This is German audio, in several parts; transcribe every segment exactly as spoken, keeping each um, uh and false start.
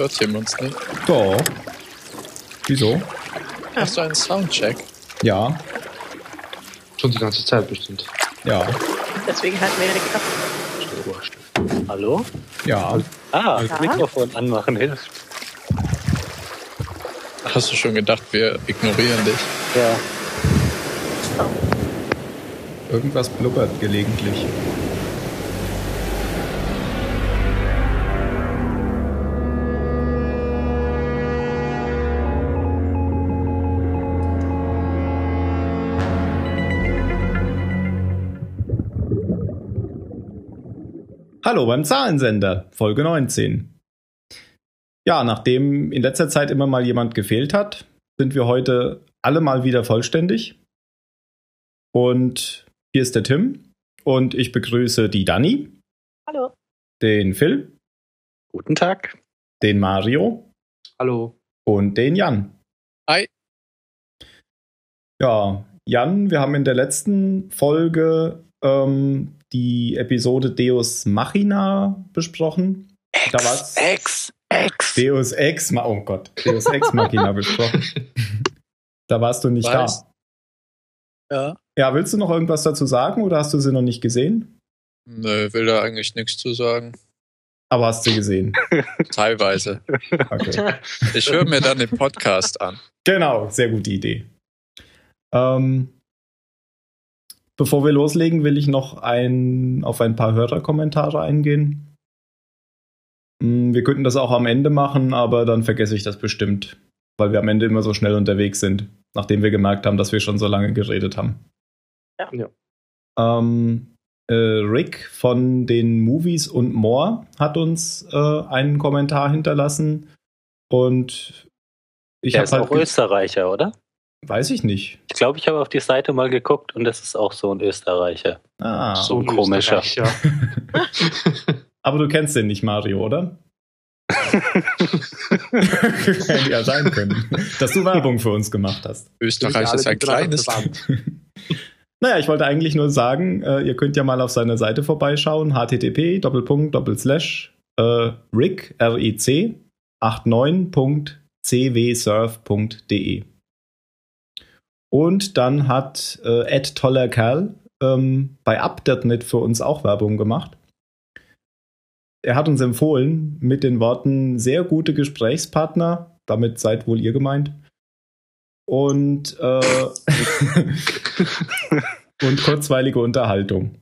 hört hier uns nicht. Doch. Wieso? Hast du einen Soundcheck? Ja. Schon die ganze Zeit bestimmt. Ja. Deswegen halten wir ja die Kraft. Hallo? Ja. Ah, Ja. Mikrofon anmachen hilft. Hast du schon gedacht, wir ignorieren dich? Ja. Irgendwas blubbert gelegentlich. Hallo beim Zahlensender, Folge neunzehn. Ja, nachdem in letzter Zeit immer mal jemand gefehlt hat, sind wir heute alle mal wieder vollständig. Und hier ist der Tim und ich begrüße die Dani. Hallo. Den Phil. Guten Tag. Den Mario. Hallo. Und den Jan. Hi. Ja, Jan, wir haben in der letzten Folge ähm, die Episode Deus Machina besprochen. Ex, Da war's Ex, Ex. Deus Ex, Ma- oh Gott, Deus Ex Machina besprochen. Da warst du nicht Weiß. da. Ja. Ja, willst du noch irgendwas dazu sagen oder hast du sie noch nicht gesehen? Nö, will da eigentlich nichts zu sagen. Aber hast sie gesehen. Teilweise. Okay. Ich höre mir dann den Podcast an. Genau, sehr gute Idee. Ähm, bevor wir loslegen, will ich noch ein, auf ein paar Hörerkommentare eingehen. Hm, Wir könnten das auch am Ende machen, aber dann vergesse ich das bestimmt, weil wir am Ende immer so schnell unterwegs sind, nachdem wir gemerkt haben, dass wir schon so lange geredet haben. Ja. Ja. Ähm, äh, Rick von den Movies und More hat uns äh, einen Kommentar hinterlassen und ich Der habe ist halt auch ge- Österreicher, oder? weiß ich nicht. Ich glaube, ich habe auf die Seite mal geguckt und das ist auch so ein Österreicher. Ah, so ein komischer. Österreich, Ja. aber du kennst den nicht, Mario, oder? Hätte ja sein können, dass du Werbung für uns gemacht hast. Österreich ist ein kleines Land. Naja, ich wollte eigentlich nur sagen, äh, ihr könnt ja mal auf seiner Seite vorbeischauen, http doppelpunkt doppelslash äh, rick r e c neunundachtzig punkt c w surf punkt d e. Und dann hat äh, Ed Toller Kerl ähm, bei update punkt net für uns auch Werbung gemacht. Er hat uns empfohlen mit den Worten sehr gute Gesprächspartner, damit seid wohl ihr gemeint. Und, äh, und kurzweilige Unterhaltung.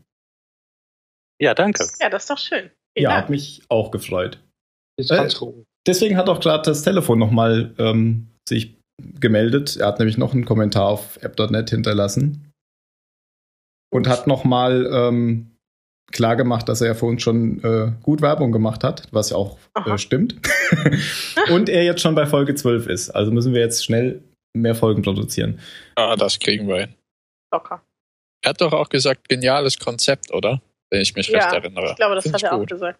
Ja, danke. Ja, das ist doch schön. Vielen Ja, Dank. hat mich auch gefreut. Jetzt Äh, kannst du. Deswegen hat auch gerade das Telefon nochmal ähm, sich gemeldet. Er hat nämlich noch einen Kommentar auf app punkt net hinterlassen und hat nochmal ähm, klar gemacht, dass er ja für uns schon äh, gut Werbung gemacht hat, was ja auch Aha. äh, stimmt. Und er jetzt schon bei Folge zwölf ist. Also müssen wir jetzt schnell mehr Folgen produzieren. Ah, das kriegen wir hin. Locker. Er hat doch auch gesagt, geniales Konzept, oder? Wenn ich mich recht Ja, erinnere. ich glaube, das Find hat ich er auch gut. gesagt.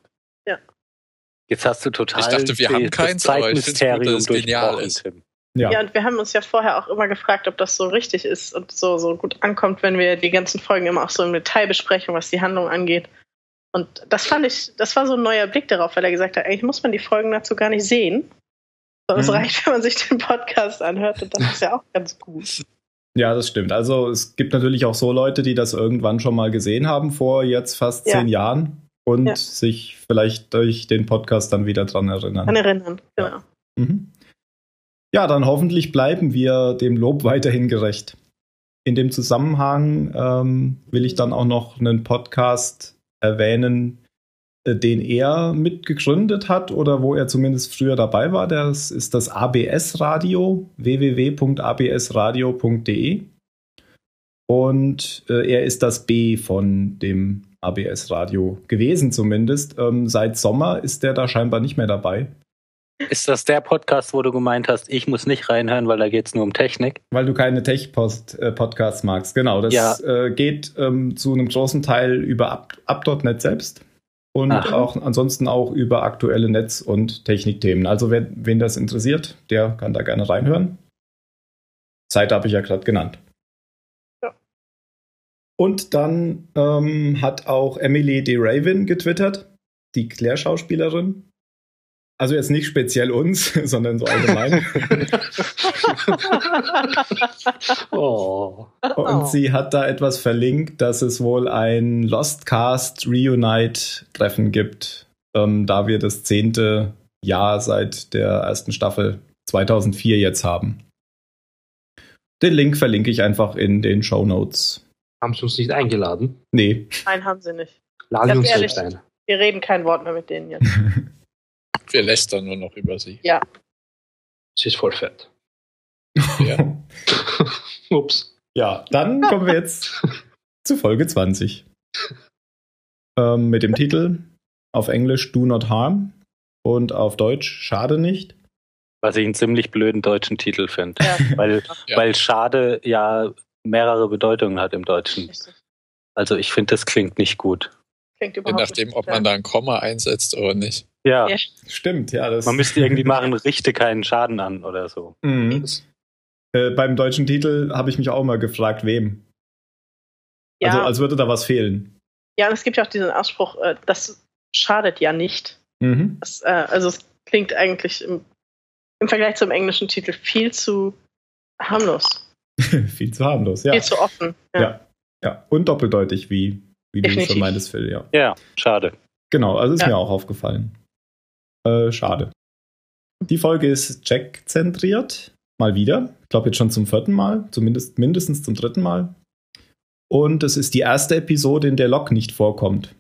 Jetzt hast du total Ich dachte, wir haben das keins, aber ich find's gut, Zeitmysterium dass es genial durchbrochen, ist. Tim. Ja, Ja, und wir haben uns ja vorher auch immer gefragt, ob das so richtig ist und so, so gut ankommt, wenn wir die ganzen Folgen immer auch so im Detail besprechen, was die Handlung angeht. Und das fand ich, das war so ein neuer Blick darauf, weil er gesagt hat, eigentlich muss man die Folgen dazu gar nicht sehen. Sondern Mhm. es reicht, wenn man sich den Podcast anhört und das ist ja auch ganz gut. ja, das stimmt. Also es gibt natürlich auch so Leute, die das irgendwann schon mal gesehen haben vor jetzt fast Ja. zehn Jahren und Ja. sich vielleicht durch den Podcast dann wieder dran erinnern. An erinnern, genau. Mhm. Ja, dann hoffentlich bleiben wir dem Lob weiterhin gerecht. In dem Zusammenhang ähm, will ich dann auch noch einen Podcast erwähnen, äh, den er mitgegründet hat oder wo er zumindest früher dabei war. Das ist das A B S-Radio, w w w punkt a b s radio punkt d e. Und äh, er ist das B von dem A B S-Radio gewesen zumindest. Ähm, seit Sommer ist der da scheinbar nicht mehr dabei. Ist das der Podcast, wo du gemeint hast, ich muss nicht reinhören, weil da geht es nur um Technik? Weil du keine Tech-Podcasts magst. Genau, das Ja. äh, geht ähm, zu einem großen Teil über app punkt net selbst und Ach. auch ansonsten auch über aktuelle Netz- und Technikthemen. Also wer, wen das interessiert, der kann da gerne reinhören. Seite habe ich ja gerade genannt. Ja. Und dann ähm, hat auch Emily de Raven getwittert, die Claire-Schauspielerin. Also jetzt nicht speziell uns, sondern so allgemein. Oh. Und sie hat da etwas verlinkt, dass es wohl ein Lostcast Reunite-Treffen gibt, ähm, da wir das zehnte Jahr seit der ersten Staffel zweitausendvier jetzt haben. Den Link verlinke ich einfach in den Shownotes. Haben sie uns nicht eingeladen? Nee. Nein, haben sie nicht. Laden wir Ganz uns ehrlich, selbst ein. wir reden kein Wort mehr mit denen jetzt. Wir lästern nur noch über sie. Ja. Sie ist voll fett. Ja. Ups. Ja, dann kommen wir jetzt zu Folge zwanzig. Ähm, mit dem Titel auf Englisch Do Not Harm und auf Deutsch Schade nicht. Was ich einen ziemlich blöden deutschen Titel finde. Ja. Weil, Ja. weil Schade ja mehrere Bedeutungen hat im Deutschen. Richtig. Also ich finde, das klingt nicht gut. Klingt Je überhaupt nachdem, nicht ob fair. man da ein Komma einsetzt oder nicht. Ja, Ja. Stimmt, ja. Das man müsste irgendwie machen, richte keinen Schaden an oder so. Mhm. Äh, beim deutschen Titel habe ich mich auch mal gefragt, wem. Ja. Also als würde da was fehlen. Ja, und es gibt ja auch diesen Ausspruch, äh, das schadet ja nicht. Mhm. Das, äh, also es klingt eigentlich im, im Vergleich zum englischen Titel viel zu harmlos, Viel zu harmlos, ja. viel zu offen. Ja. Ja. Ja, und doppeldeutig, wie, wie du Definitiv. schon meintest, Phil, ja. Ja, schade. Genau, also ist Ja. mir auch aufgefallen. Äh, schade. Die Folge ist Jack-zentriert. Mal wieder. Ich glaube jetzt schon zum vierten Mal. Zumindest mindestens zum dritten Mal. Und es ist die erste Episode, in der Locke nicht vorkommt.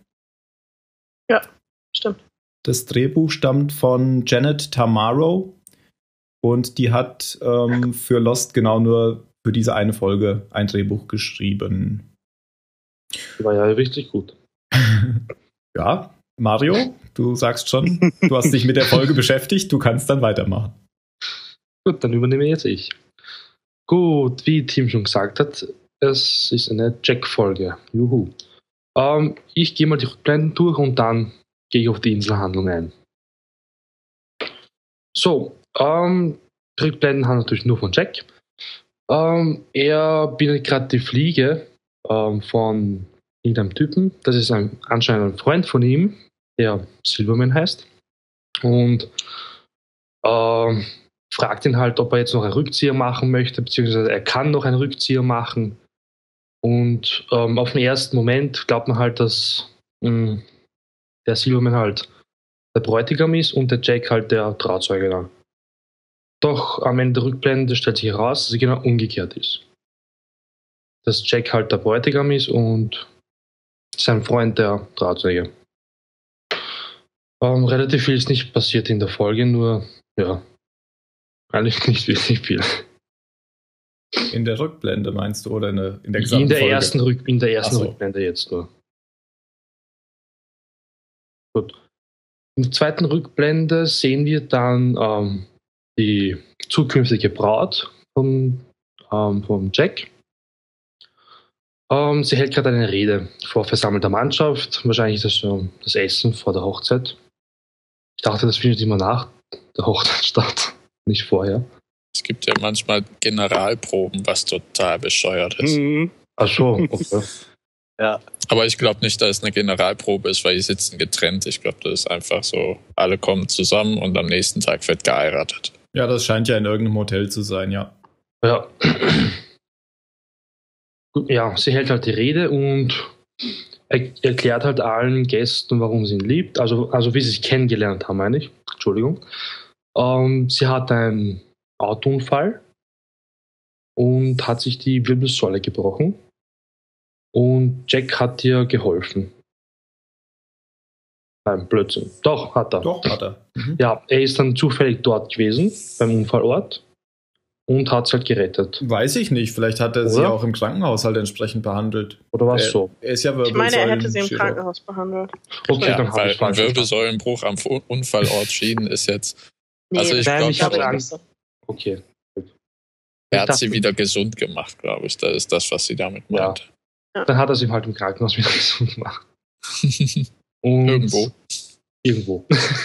Stimmt. Das Drehbuch stammt von Janet Tamaro. Und die hat ähm, für Lost genau nur für diese eine Folge ein Drehbuch geschrieben. War ja richtig gut. Ja, Mario, du sagst schon, du hast dich mit der Folge beschäftigt, du kannst dann weitermachen. Gut, dann übernehme jetzt ich. Gut, wie Tim schon gesagt hat, es ist eine Jack-Folge. Juhu. Ähm, ich gehe mal die Rückblenden durch und dann gehe ich auf die Inselhandlung ein. So, ähm, die Rückblenden haben natürlich nur von Jack. Ähm, er bindet gerade die Fliege ähm, von irgendeinem Typen. Das ist ein, anscheinend ein Freund von ihm, der Silverman heißt. Und ähm, fragt ihn halt, ob er jetzt noch einen Rückzieher machen möchte, beziehungsweise er kann noch einen Rückzieher machen. Und ähm, auf den ersten Moment glaubt man halt, dass mh, der Silverman halt der Bräutigam ist und der Jack halt der Trauzeuge dann. Doch am Ende der Rückblende stellt sich heraus, dass es genau umgekehrt ist. Dass Jack halt der Bräutigam ist und sein Freund der Trauzeuge. Ähm, relativ viel ist nicht passiert in der Folge, nur ja, eigentlich nicht wirklich viel. In der Rückblende meinst du, oder in der, in der In gesamten der Folge? ersten, Rück, in der ersten Ach so. Rückblende jetzt nur. Gut. In der zweiten Rückblende sehen wir dann ähm, die zukünftige Braut von, ähm, vom Jack. Ähm, sie hält gerade eine Rede vor versammelter Mannschaft. Wahrscheinlich ist das so das Essen vor der Hochzeit. Ich dachte, das findet immer nach der Hochzeit statt, nicht vorher. Es gibt ja manchmal Generalproben, was total bescheuert ist. Mhm. Ach so, okay. Ja, Aber ich glaube nicht, dass es eine Generalprobe ist, weil die sitzen getrennt. Ich glaube, das ist einfach so, alle kommen zusammen und am nächsten Tag wird geheiratet. Ja, das scheint ja in irgendeinem Hotel zu sein, ja. Ja. Gut, ja, sie hält halt die Rede und er erklärt halt allen Gästen, warum sie ihn liebt. Also, also wie sie sich kennengelernt haben, meine ich. Entschuldigung. Ähm, sie hat einen Autounfall und hat sich die Wirbelsäule gebrochen. Und Jack hat ihr geholfen. Nein, Blödsinn. Doch, hat er. Doch, hat er. Mhm. Ja, er ist dann zufällig dort gewesen, beim Unfallort, und hat sie halt gerettet. Weiß ich nicht, vielleicht hat er sie Oder? auch im Krankenhaus halt entsprechend behandelt. Oder war es Er- so? Er ist ja Ich meine, er hätte sie im Wirbelsäulenchirurg. Krankenhaus behandelt. Okay, Ja, dann habe weil ich ein falsch verstanden. Wirbelsäulenbruch am Fu- Unfallort Schienen ist jetzt. Nee, Also ich Nein, glaube, ich habe glaube Angst. nicht so. Okay. er Ich hat sie dachte- wieder gesund gemacht, glaube ich. Das ist das, was sie damit Ja. meint. Dann hat er sie halt im Krankenhaus wieder gesund gemacht. Und Irgendwo. Irgendwo.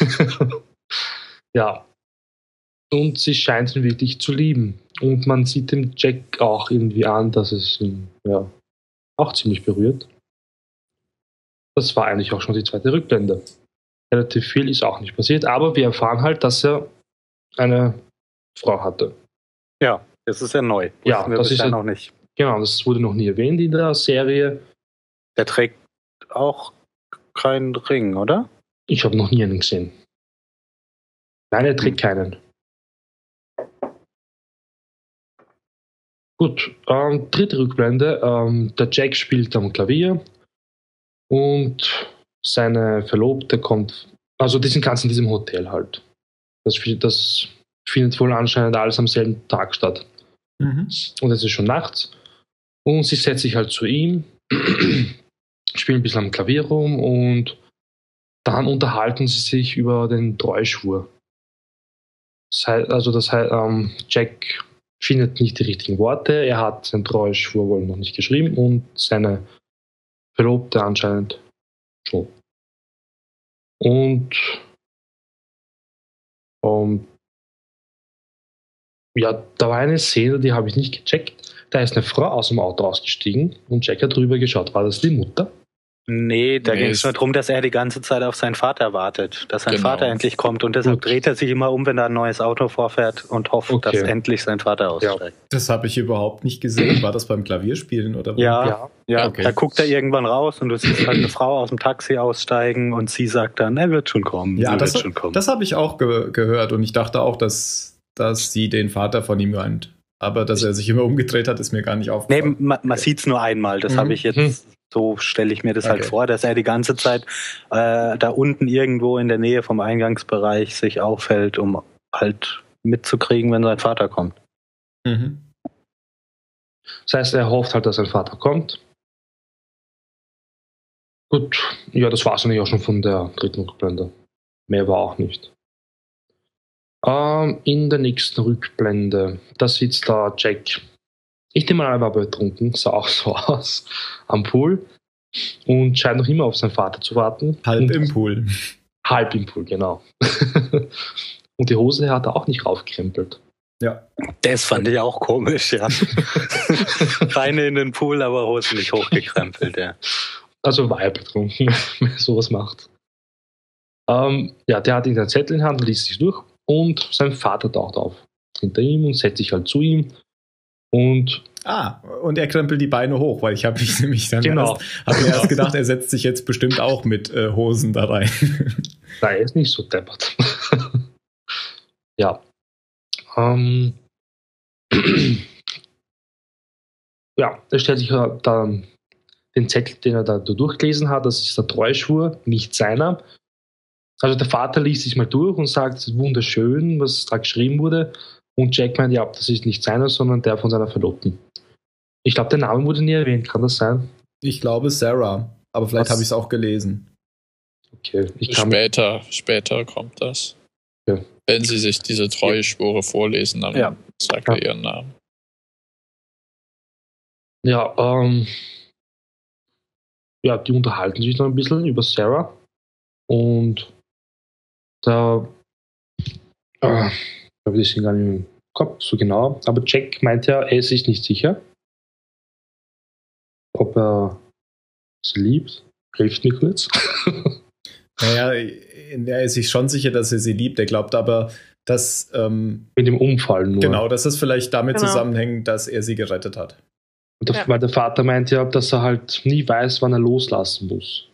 Ja. Und sie scheint ihn wirklich zu lieben. Und man sieht dem Jack auch irgendwie an, dass es ihn ja, auch ziemlich berührt. Das war eigentlich auch schon die zweite Rückblende. relativ viel ist auch nicht passiert, aber wir erfahren halt, dass er eine Frau hatte. Ja, das ist ja neu. Ja, Wussten wir das ist bisher ja- noch nicht. Genau, das wurde noch nie erwähnt in der Serie. Der trägt auch keinen Ring, oder? Ich habe noch nie einen gesehen. Nein, er trägt keinen. Gut, ähm, dritte Rückblende. Ähm, der Jack spielt am Klavier und seine Verlobte kommt, also die sind ganz in diesem Hotel halt. Das, das findet wohl anscheinend alles am selben Tag statt. Mhm. Und es ist schon nachts. Und sie setzt sich halt zu ihm, spielen ein bisschen am Klavier rum und dann unterhalten sie sich über den Treuschwur. Das heißt, also das heißt, ähm, Jack findet nicht die richtigen Worte, er hat seinen Treuschwur wohl noch nicht geschrieben und seine Verlobte anscheinend schon. Und ähm, ja, da war eine Szene, die habe ich nicht gecheckt. Da ist eine Frau aus dem Auto ausgestiegen und Jack hat drüber geschaut. War das die Mutter? Nee, da Nee, ging es es- nur darum, dass er die ganze Zeit auf seinen Vater wartet, dass sein Genau. Vater endlich kommt und deshalb Gut. dreht er sich immer um, wenn da ein neues Auto vorfährt und hofft, Okay. dass endlich sein Vater aussteigt. Das habe ich überhaupt nicht gesehen. War das beim Klavierspielen oder wo? Ja, Ja. ja, Okay. da guckt er irgendwann raus und du siehst halt eine Frau aus dem Taxi aussteigen und sie sagt dann, er wird schon kommen, Ja, er das, wird schon kommen. das habe ich auch ge gehört und ich dachte auch, dass, dass sie den Vater von ihm meint. Aber dass er sich immer umgedreht hat, ist mir gar nicht Nee, aufgefallen. man, man sieht es nur einmal. Das Mhm. habe ich jetzt, so stelle ich mir das halt Okay. vor, dass er die ganze Zeit äh, da unten irgendwo in der Nähe vom Eingangsbereich sich aufhält, um halt mitzukriegen, wenn sein Vater kommt. Mhm. Das heißt, er hofft halt, dass sein Vater kommt. Gut, ja, das war es eigentlich auch schon von der dritten Rückblende. Mehr war auch nicht. Ähm, in der nächsten Rückblende, da sitzt da Jack. Ich nehme mal an, er war betrunken, sah auch so aus, am Pool und scheint noch immer auf seinen Vater zu warten. Halb und im Pool. Halb im Pool, genau. Und die Hose hat er auch nicht raufgekrempelt. Ja. Das fand ich auch komisch, ja. Beine in den Pool, aber Hosen nicht hochgekrempelt, ja. Also war er betrunken, wenn er sowas macht. Ähm, ja, der hat einen Zettel in der Hand, liest sich durch und sein Vater taucht auf hinter ihm und setzt sich halt zu ihm und Ah, und er krempelt die Beine hoch, weil ich habe mich nämlich dann Genau. erst, hab mir erst gedacht, er setzt sich jetzt bestimmt auch mit äh, Hosen da rein. nein, er ist nicht so deppert. Ja. Ähm. Ja, er stellt sich ja dann den Zettel, den er da durchgelesen hat, das ist der Treuschwur, nicht seiner. Also der Vater liest sich mal durch und sagt, es ist wunderschön, was da geschrieben wurde. Und Jack meint, ja, das ist nicht seiner, sondern der von seiner Verlobten. Ich glaube, der Name wurde nie erwähnt, kann das sein? Ich glaube Sarah, aber vielleicht Was? habe ich es auch gelesen. Okay, ich kann Später, später kommt das. Ja. Wenn sie sich diese Treueschwure vorlesen, dann Ja. sagt Ja. er ihren Namen. Ja, ähm, ja, die unterhalten sich dann ein bisschen über Sarah und da, äh, ich glaube, die sind gar nicht im Kopf so genau, aber Jack meint ja, er ist sich nicht sicher, ob er sie liebt. Hilft mir kurz. Naja, er ist sich schon sicher, dass er sie liebt. Er glaubt aber, dass, ähm, Mit dem Unfall nur. genau, dass es vielleicht damit Genau. zusammenhängt, dass er sie gerettet hat. Und der, Ja. Weil der Vater meint ja, dass er halt nie weiß, wann er loslassen muss.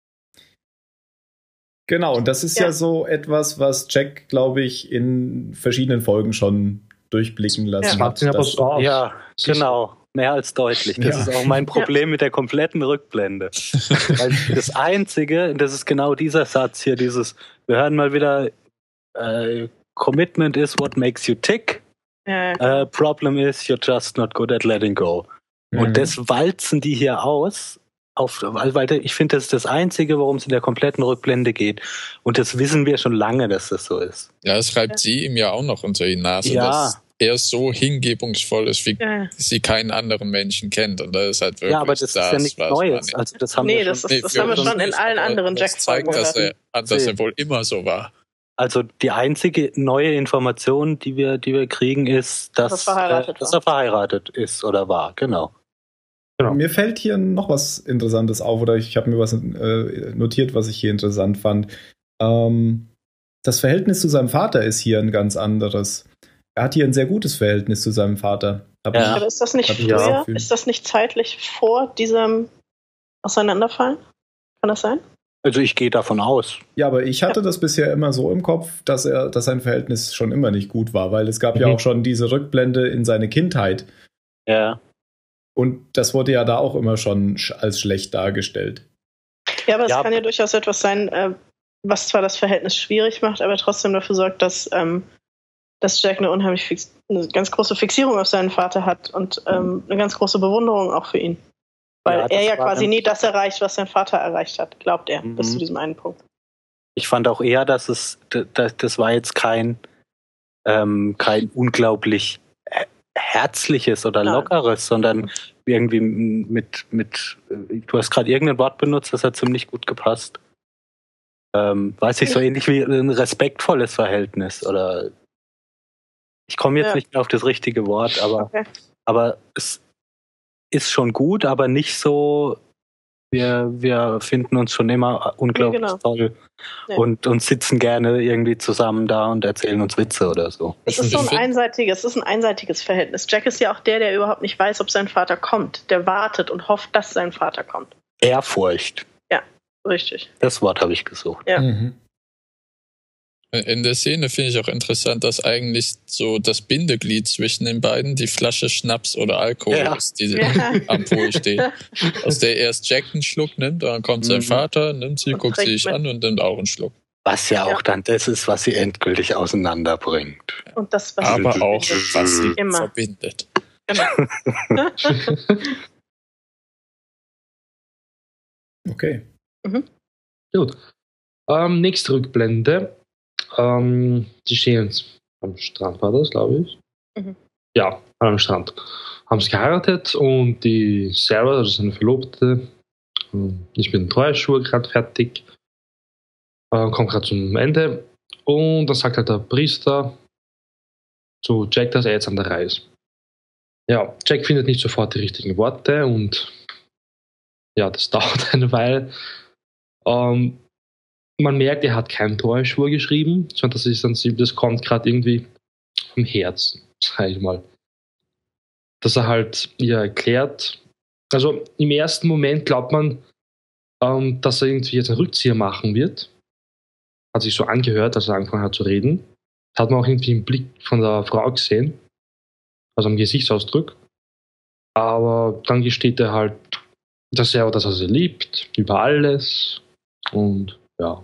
Genau, und das ist ja, Ja. so etwas, was Jack, glaube ich, in verschiedenen Folgen schon durchblicken lassen Ja. hat. Macht ihn aber dass- so aus. Ja, Das ist- genau. Mehr als deutlich. Das Ja. ist auch mein Problem mit der kompletten Rückblende. Weil das Einzige, das ist genau dieser Satz hier, dieses, wir hören mal wieder, äh, Commitment is what makes you tick. Ja, ja. Uh, problem is you're just not good at letting go. Mhm. Und das walzen die hier aus, auf, weil, weil ich finde, das ist das Einzige, worum es in der kompletten Rückblende geht. Und das wissen wir schon lange, dass das so ist. Ja, es schreibt sie ihm ja auch noch unter die Nase, Ja. dass er so hingebungsvoll ist, wie Ja, ja. sie keinen anderen Menschen kennt. Und das ist halt wirklich Ja, aber das, ist ja nichts was Neues. man- Also das haben Nee, wir das schon. ist- das für haben wir uns schon in nicht, allen aber anderen das Jack-Folgen zeigt, dass er, gehört. dass Nee. er wohl immer so war. Also die einzige neue Information, die wir, die wir kriegen, ist, dass, Dass er verheiratet äh, dass war. er verheiratet ist oder war. Genau. Genau. Mir fällt hier noch was Interessantes auf, oder ich habe mir was äh, notiert, was ich hier interessant fand. Ähm, das Verhältnis zu seinem Vater ist hier ein ganz anderes. Er hat hier ein sehr gutes Verhältnis zu seinem Vater. Ja. Ich, Aber ist das nicht hab ich früher? das Gefühl. Ist das nicht zeitlich vor diesem Auseinanderfallen? Kann das sein? Also ich gehe davon aus. Ja, aber ich hatte das bisher immer so im Kopf, dass er, dass sein Verhältnis schon immer nicht gut war, weil es gab Mhm. ja auch schon diese Rückblende in seine Kindheit. Ja. Und das wurde ja da auch immer schon sch- als schlecht dargestellt. Ja, aber es Ja. kann ja durchaus etwas sein, äh, was zwar das Verhältnis schwierig macht, aber trotzdem dafür sorgt, dass, ähm, dass Jack eine unheimlich fix, eine ganz große Fixierung auf seinen Vater hat und ähm, eine ganz große Bewunderung auch für ihn. Weil Ja, das er ja war quasi dann- nie das erreicht, was sein Vater erreicht hat, glaubt er, Mhm. bis zu diesem einen Punkt. Ich fand auch eher, dass es, das, das war jetzt kein, ähm, kein unglaublich he- herzliches oder Nein. lockeres, sondern irgendwie mit, mit, äh, du hast gerade irgendein Wort benutzt, das hat ziemlich gut gepasst. Ähm, weiß ich, so ähnlich wie ein respektvolles Verhältnis oder ich komme jetzt Ja. nicht mehr auf das richtige Wort, aber, Okay. aber es ist schon gut, aber nicht so, wir, wir finden uns schon immer unglaublich Ja, genau. toll Ja. und, und sitzen gerne irgendwie zusammen da und erzählen uns Witze oder so. Es ist so ein Ich find- einseitiges, es ist ein einseitiges Verhältnis. Jack ist ja auch der, der überhaupt nicht weiß, ob sein Vater kommt. Der wartet und hofft, dass sein Vater kommt. Ehrfurcht, Richtig. das Wort habe ich gesucht. Ja. Mhm. In der Szene finde ich auch interessant, dass eigentlich so das Bindeglied zwischen den beiden die Flasche Schnaps oder Alkohol Ja. ist, die Ja. am Pool steht. Aus der erst Jack einen Schluck nimmt, dann kommt sein Mhm. Vater, nimmt sie, Und guckt sie trinkt sich mit. an und nimmt auch einen Schluck. Was ja auch Ja. dann das ist, was sie endgültig auseinanderbringt. Und das, was Aber sie auch, verbindet. was sie Immer. verbindet. Genau. Okay. Gut. Ähm, nächste Rückblende. Ähm, die stehen jetzt am Strand, war das, glaube ich. Mhm. Ja, am Strand. Haben sie geheiratet und die Sarah, also seine Verlobte, ähm, ist mit den Treueschwur gerade fertig. Ähm, kommt gerade zum Ende. Und dann sagt halt der Priester zu Jack, dass er jetzt an der Reihe ist. Ja, Jack findet nicht sofort die richtigen Worte und ja, das dauert eine Weile. Ähm, man merkt, er hat keinen Treueschwur geschrieben, sondern das ist dann, das kommt gerade irgendwie vom Herzen, sag ich mal. Dass er halt ihr erklärt, also im ersten Moment glaubt man, ähm, dass er irgendwie jetzt einen Rückzieher machen wird. Hat sich so angehört, als er angefangen hat zu reden. Hat man auch irgendwie im Blick von der Frau gesehen, also am Gesichtsausdruck. Aber dann gesteht er halt, dass er, dass er sie liebt, über alles. Und ja.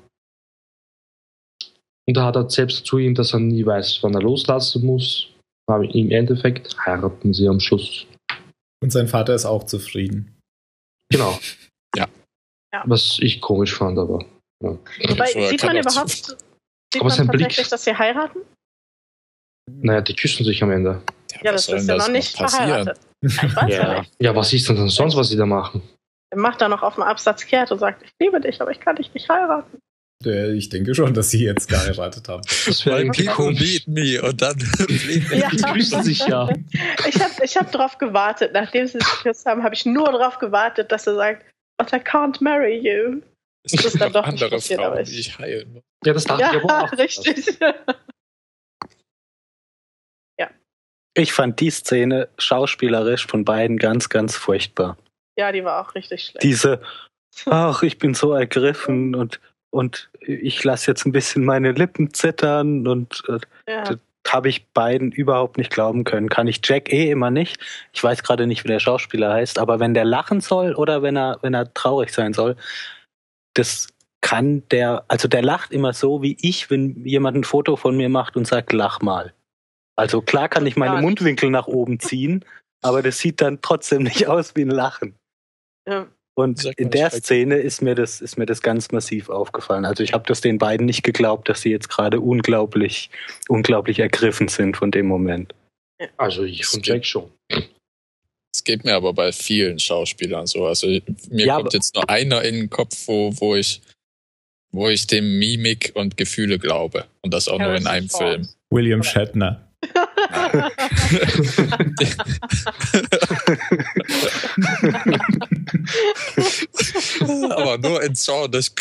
Und da hat er selbst zu ihm, dass er nie weiß, wann er loslassen muss. Aber im Endeffekt heiraten sie am Schluss. Und sein Vater ist auch zufrieden. Genau. Ja. Ja. Was ich komisch fand, aber. Ja. Wobei, Vorher sieht kann man auch überhaupt, zu- sieht Aber man sein Blick- tatsächlich, dass sie heiraten? Naja, die küssen sich am Ende. Ja, was das soll ist denn ja noch das nicht passieren? verheiratet. Ich weiß ja nicht. Ja, was ist denn dann sonst, was sie da machen? Er macht da noch auf dem Absatz kehrt und sagt, ich liebe dich, aber ich kann dich nicht heiraten. Äh, Ich denke schon, dass sie jetzt geheiratet haben. Das wäre My irgendwie people komisch. need me und dann fliegen Ja. Die küssen sich ja. Ich habe ich hab drauf gewartet. Nachdem sie sich geküsst haben, habe ich nur darauf gewartet, dass er sagt, but I can't marry you. Es Das ist gibt dann noch doch nicht andere passiert, Frauen, aber die ich- ich heilen muss. Ja, das dachte ich aber Ja, auch. richtig. Ich fand die Szene schauspielerisch von beiden ganz, ganz furchtbar. Ja, die war auch richtig schlecht. Diese, ach, ich bin so ergriffen und, und ich lasse jetzt ein bisschen meine Lippen zittern und äh, Ja. habe ich beiden überhaupt nicht glauben können. Kann ich Jack eh immer nicht. Ich weiß gerade nicht, wie der Schauspieler heißt, aber wenn der lachen soll oder wenn er, wenn er traurig sein soll, das kann der, also der lacht immer so wie ich, wenn jemand ein Foto von mir macht und sagt, lach mal. Also klar kann ich meine Gar nicht. Mundwinkel nach oben ziehen, aber das sieht dann trotzdem nicht aus wie ein Lachen. Ja. Und Sagt in man der schrecklich. Szene ist mir das, ist mir das ganz massiv aufgefallen. Also ich habe das den beiden nicht geglaubt, dass sie jetzt gerade unglaublich, unglaublich ergriffen sind von dem Moment. Also ich von Jack schon. Es geht mir aber bei vielen Schauspielern so. Also mir Ja, kommt aber- jetzt nur einer in den Kopf, wo, wo ich wo ich dem Mimik und Gefühle glaube. Und das auch nur in Harrison einem Ford. Film. William Shatner. Aber nur in Zorn des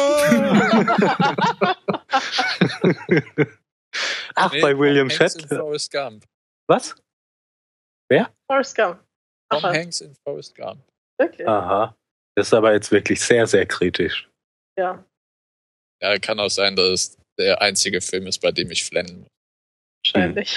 Ach, Nee, bei William Tom Hanks in Shatner. Forrest Gump. Was? Forrest Gump. Tom Ach, Hanks in Forrest Gump. wirklich? Aha. Das ist aber jetzt wirklich sehr, sehr kritisch. Ja, Ja, kann auch sein, dass es der einzige Film ist, bei dem ich flennen muss. wahrscheinlich.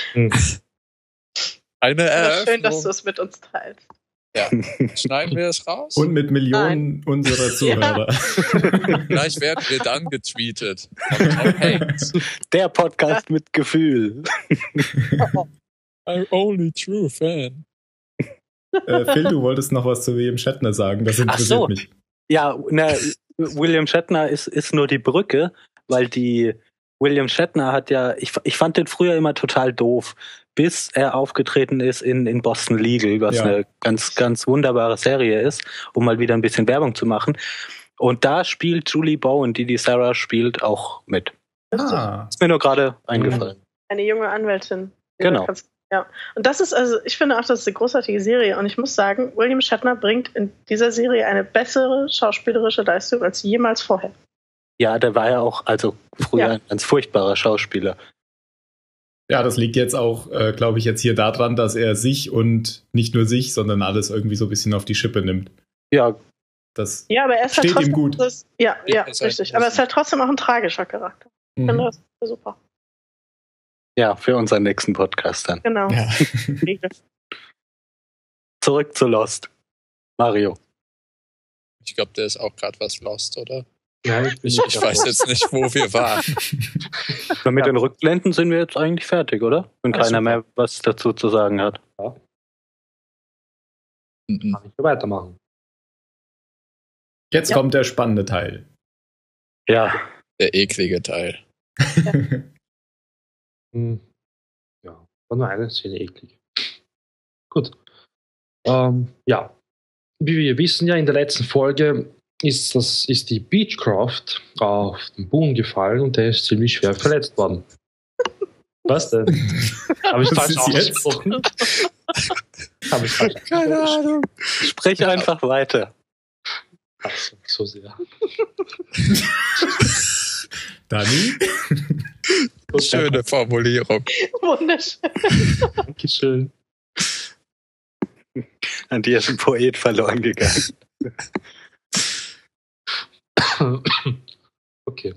Eine Aber schön, dass du Eröffnung. es mit uns teilst. Ja. Schneiden wir es raus? Und mit Millionen unserer Zuhörer. Vielleicht werden wir dann getweetet von Tom Hanks. Der Podcast mit Gefühl. I'm only true fan. äh, Phil, du wolltest noch was zu William Shatner sagen. Das interessiert Ach so. mich. Ja, na, William Shatner ist, ist nur die Brücke, weil die William Shatner hat ja, ich, ich fand den früher immer total doof, bis er aufgetreten ist in, in Boston Legal, was Ja. eine ganz, ganz wunderbare Serie ist, um mal wieder ein bisschen Werbung zu machen. Und da spielt Julie Bowen, die die Sarah spielt, auch mit. Ah, Ist mir nur gerade eingefallen. Eine junge Anwältin. Genau. Ja. Und das ist also, ich finde auch, das ist eine großartige Serie. Und ich muss sagen, William Shatner bringt in dieser Serie eine bessere schauspielerische Leistung als jemals vorher. Ja, der war ja auch, also früher Ja. ein ganz furchtbarer Schauspieler. ja, das liegt jetzt auch, äh, glaube ich, jetzt hier daran, dass er sich und nicht nur sich, sondern alles irgendwie so ein bisschen auf die Schippe nimmt. Ja, Das Ja, aber er ist halt Steht ihm trotzdem. gut. Das, ja, Ja, ja, ist halt richtig. ein Aber er ist halt trotzdem auch ein tragischer Charakter. Ich finde mhm. das super. ja, für unseren nächsten Podcast dann. Genau. Ja. Zurück zu Lost. Mario. Ich glaube, der ist auch gerade was lost, oder? Ja, ich, bin Ich, nicht ich dabei. weiß jetzt nicht, wo wir waren. Na, mit Ja. den Rückblenden sind wir jetzt eigentlich fertig, oder? Wenn Ja, keiner super. mehr was dazu zu sagen hat. Mhm. Kann ich weitermachen. Jetzt Ja. kommt der spannende Teil. Ja, Der eklige Teil. Hm. Ja, war nur eine Szene eklig. Gut. Ähm, ja. Wie wir wissen ja, in der letzten Folge ist, das, ist die Beechcraft auf den Boden gefallen und der ist ziemlich schwer verletzt worden. Was denn? Habe ich Was falsch ist jetzt? ausgesprochen? Habe ich falsch Keine ausgesprochen? Ahnung. sprich einfach weiter. Ach so, so sehr. Dani? Schöne Formulierung. Wunderschön. Dankeschön. An dir ist ein Poet verloren gegangen. Okay.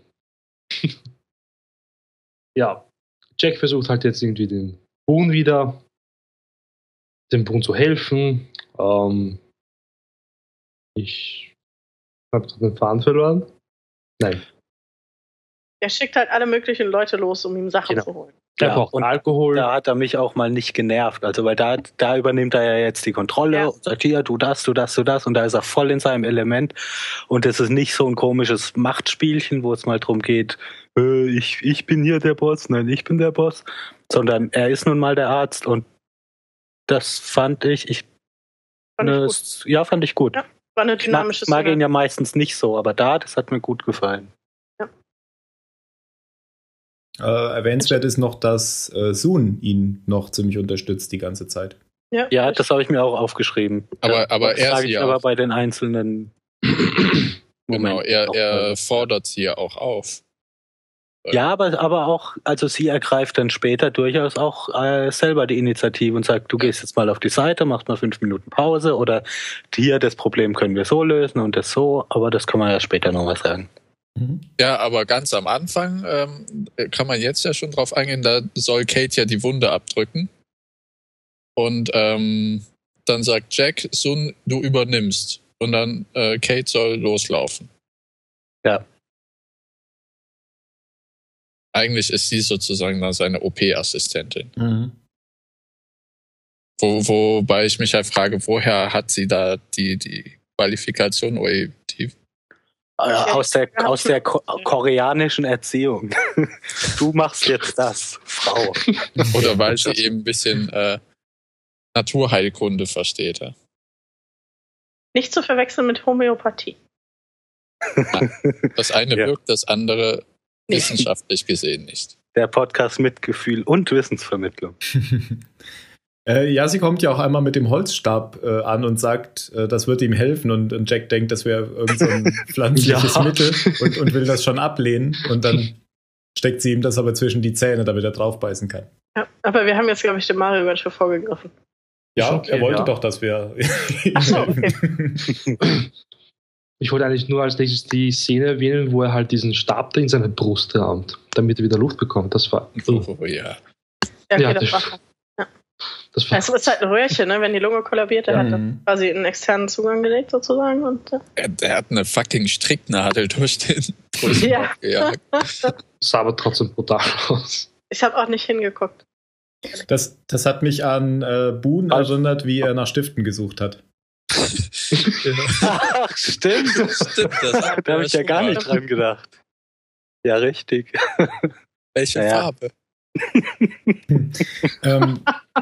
Ja, Jack versucht halt jetzt irgendwie den Boone wieder, dem Boone zu helfen. Ähm, ich habe den Faden verloren. Nein, Er schickt halt alle möglichen Leute los, um ihm Sachen Genau. zu holen. er Ja, braucht und Alkohol. Da hat er mich auch mal nicht genervt. Also, weil da, da übernimmt er ja jetzt die Kontrolle Ja. und sagt, hier, du das, du das, du das. Und da ist er voll in seinem Element. Und es ist nicht so ein komisches Machtspielchen, wo es mal drum geht, äh, ich, ich bin hier der Boss, nein, ich bin der Boss. Sondern er ist nun mal der Arzt. Und das fand ich, ich, Fand ich ne, gut. s- ja, fand ich gut. Ja, War eine Ich mag, dynamische mag ihn Szene. ja meistens nicht so, aber da, das hat mir gut gefallen. Äh, erwähnenswert ist noch, dass äh, Soon ihn noch ziemlich unterstützt die ganze Zeit. Ja, Ja, das habe ich mir auch aufgeschrieben. Aber- Ja, aber das er sage sie ich ja aber auch. bei den einzelnen Genau, Momenten er, auch er mal. fordert sie ja auch auf. Ja, aber, aber auch, also sie ergreift dann später durchaus auch äh, selber die Initiative und sagt, du gehst jetzt mal auf die Seite, machst mal fünf Minuten Pause oder hier, das Problem können wir so lösen und das so, aber das kann man ja später noch mal sagen. Mhm. Ja, aber ganz am Anfang ähm, kann man jetzt ja schon drauf eingehen, da soll Kate ja die Wunde abdrücken. Und ähm, dann sagt Jack, Sun, du übernimmst. Und dann äh, Kate soll loslaufen. Ja. Eigentlich ist sie sozusagen dann seine O P-Assistentin. Mhm. Wo, wobei ich mich halt frage, woher hat sie da die, die Qualifikation oder die Äh, aus der, Ja. aus der ko koreanischen Erziehung. Du machst jetzt das, Frau. oder weil sie eben ein bisschen äh, Naturheilkunde versteht. Ja? Nicht zu verwechseln mit Homöopathie. Das eine Ja. wirkt, das andere Nee. wissenschaftlich gesehen nicht. Der Podcast mit Gefühl und Wissensvermittlung. Äh, ja, sie kommt ja auch einmal mit dem Holzstab äh, an und sagt, äh, das wird ihm helfen. Und, und Jack denkt, das wäre irgend so ein pflanzliches Ja. Mittel und, und will das schon ablehnen. Und dann steckt sie ihm das aber zwischen die Zähne, damit er draufbeißen kann. Ja, aber wir haben jetzt, glaube ich, dem Mario ganz schön vorgegriffen. Ja, Okay, er wollte ja. doch, dass wir. Ach so, okay. Ich wollte eigentlich nur als nächstes die Szene erwähnen, wo er halt diesen Stab da in seine Brust raumt, damit er wieder Luft bekommt. Das war. Oh, ja. Ja, okay, Ja, das das- war. Das war Es ist halt ein Röhrchen, ne? Wenn die Lunge kollabiert, er hat dann Mhm. quasi einen externen Zugang gelegt, sozusagen. Und, äh, Er, er hat eine fucking Stricknadel durch den Brust Ja. gejagt. sah aber trotzdem brutal aus. ich habe auch nicht hingeguckt. Das, das hat mich an äh, Boone erinnert, wie er nach Stiften gesucht hat. Ach, stimmt. Stimmt, das hatten Da habe wir ich ja schon gar mal. nicht dran gedacht. Ja, richtig. Welche Naja. Farbe? ähm,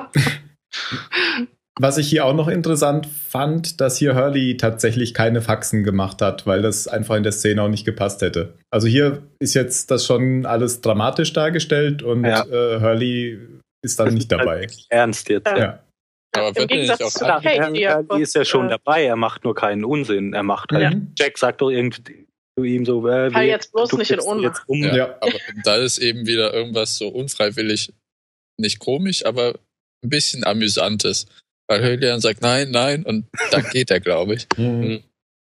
was ich hier auch noch interessant fand, dass hier Hurley tatsächlich keine Faxen gemacht hat, weil das einfach in der Szene auch nicht gepasst hätte. Also hier ist jetzt das schon alles dramatisch dargestellt und Ja. äh, Hurley ist dann nicht dabei. Ernst jetzt. Ja. Ja. Aber Im wird er nicht Gegensatz auch zu Ja, Kate, die ja er, die ist ja schon äh, dabei, er macht nur keinen Unsinn. Er macht halt. Ja. Jack sagt doch irgendwie zu ihm so, äh, Fall wie- jetzt bloß du nicht in kippst Ohnmacht. jetzt um. Ja, Ja. aber da ist eben wieder irgendwas so unfreiwillig, nicht komisch, aber ein bisschen amüsantes. Weil Hurley sagt nein, nein und dann geht er, glaube ich. Mhm.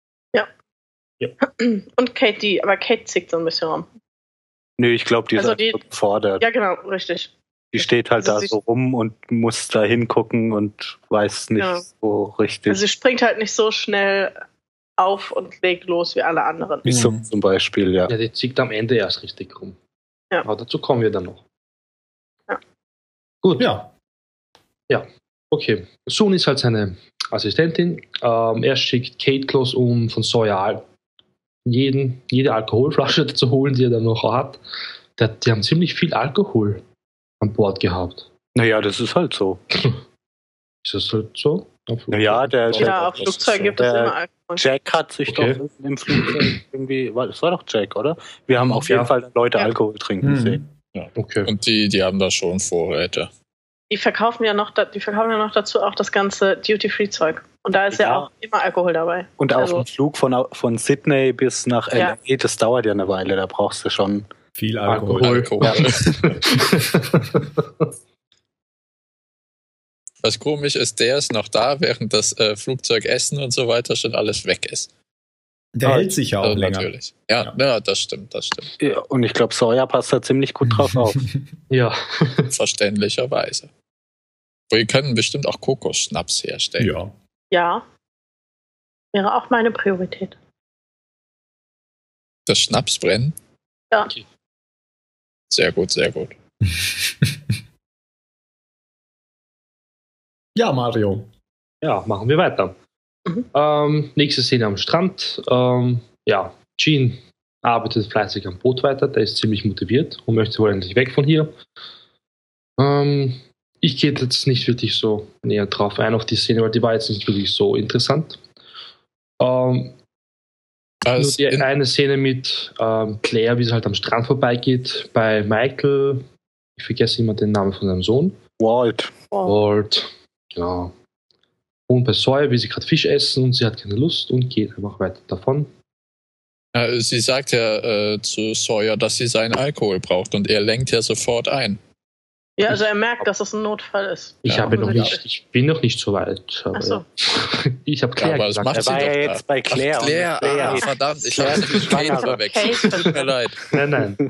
Und Kate, die, aber Kate zickt so ein bisschen rum. Nö, ich glaube, die Also ist die- einfach gefordert. Ja, genau, richtig. Die steht halt Also da sie- so rum und muss da hingucken und weiß nicht Ja. so richtig. Also sie springt halt nicht so schnell auf und legt los wie alle anderen. Wie so Mhm. zum Beispiel, ja. Ja, die zieht am Ende erst richtig rum. Ja. Aber dazu kommen wir dann noch. Ja. Gut. Ja. Okay. Sun ist halt seine Assistentin. Ähm, er schickt Kate los, um von Sawyer Al- jeden, jede Alkoholflasche zu holen, die er dann noch hat. Der, die haben ziemlich viel Alkohol an Bord gehabt. Naja, das ist halt so. Ist das halt so? Auf Naja, der- der- Ja, auf das Flugzeugen ist gibt es der- immer Alkohol. Jack hat sich Okay. doch im Flugzeug irgendwie, war- das war doch Jack, oder? Wir haben auf jeden Ja. Fall Leute Ja. Alkohol trinken Mhm. sehen. Okay. Und die, die haben da schon Vorräte. Die verkaufen ja noch, da- die verkaufen ja noch dazu auch das ganze Duty-Free-Zeug. Und da ist ja, Ja. auch immer Alkohol dabei. Und auf Also- dem Flug von, Au- von Sydney bis nach Ja. L A, das dauert ja eine Weile, da brauchst du schon. Viel Alkohol. Alkohol. Alkohol. Was komisch ist, der ist noch da, während das äh, Flugzeug Essen und so weiter schon alles weg ist. Der Ah, hält sich ja auch Also länger. natürlich. Ja, Ja. ja. das stimmt, das stimmt. Ja, und ich glaube, Sawyer passt da ziemlich gut drauf auf. Ja. Verständlicherweise. Wir können bestimmt auch Kokosschnaps herstellen. Ja. Ja. Wäre auch meine Priorität. Das Schnapsbrennen? Ja. Sehr gut, sehr gut. Ja, Mario. Ja, machen wir weiter. Mhm. Ähm, nächste Szene am Strand. Ähm, ja, Gene arbeitet fleißig am Boot weiter. Der ist ziemlich motiviert und möchte wohl endlich weg von hier. Ähm, ich gehe jetzt nicht wirklich so näher drauf ein auf die Szene, weil die war jetzt nicht wirklich so interessant. Ähm, nur Also die in, eine Szene mit ähm, Claire, wie sie halt am Strand vorbeigeht, bei Michael, ich vergesse immer den Namen von seinem Sohn. Walt. Und ja. Und bei Sawyer, wie sie gerade Fisch essen und sie hat keine Lust und geht einfach weiter davon. äh, sie sagt ja äh, zu Sawyer, dass sie seinen Alkohol braucht und er lenkt ja sofort ein. Ja, also er merkt, dass es ein Notfall ist. Ich Ja, habe noch offensichtlich. nicht, ich bin noch nicht so weit. Aber Ach so. ja. Ich habe Ja, Claire aber das gesagt. macht Er sie war doch ja da. jetzt bei Claire. Ach, Claire, und Claire ah, ist- verdammt, ich Claire habe ist die Kate schwanger. verwechselt. Kate. Tut mir leid. Nein, nein.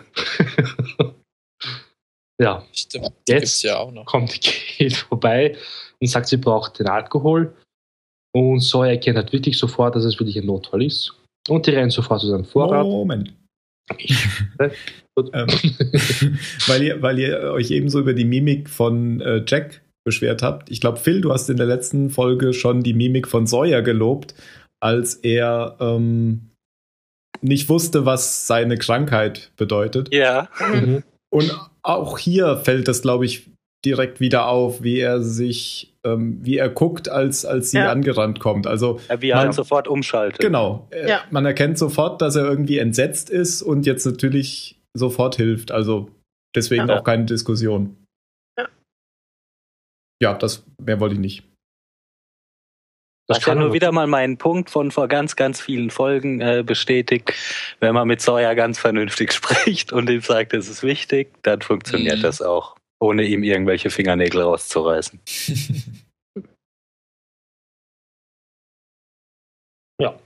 Ja, Stimmt, die Jetzt- gibt's ja auch noch. kommt die Kate vorbei und sagt, sie braucht den Alkohol. Und Sawyer erkennt halt wirklich sofort, dass es wirklich ein Notfall ist. Und die rennen sofort zu seinem Vorrat. Moment. Ich, äh, gut. Ähm, weil, ihr, weil ihr euch ebenso über die Mimik von äh, Jack beschwert habt. Ich glaube, Phil, du hast in der letzten Folge schon die Mimik von Sawyer gelobt, als er ähm, nicht wusste, was seine Krankheit bedeutet. Ja. Mhm. Und auch hier fällt das, glaube ich, direkt wieder auf, wie er sich, ähm, wie er guckt, als, als sie Ja. angerannt kommt. Also Wie er Man- halt sofort umschaltet. genau, äh, Ja. man erkennt sofort, dass er irgendwie entsetzt ist und jetzt natürlich sofort hilft. Also deswegen Ja. auch keine Diskussion. Ja, das mehr wollte ich nicht. Das kann nur wieder mal meinen Punkt von vor ganz, ganz vielen Folgen äh, bestätigt. Wenn man mit Sawyer ganz vernünftig spricht und ihm sagt, es ist wichtig, dann funktioniert mhm. das auch, ohne ihm irgendwelche Fingernägel rauszureißen. Ja.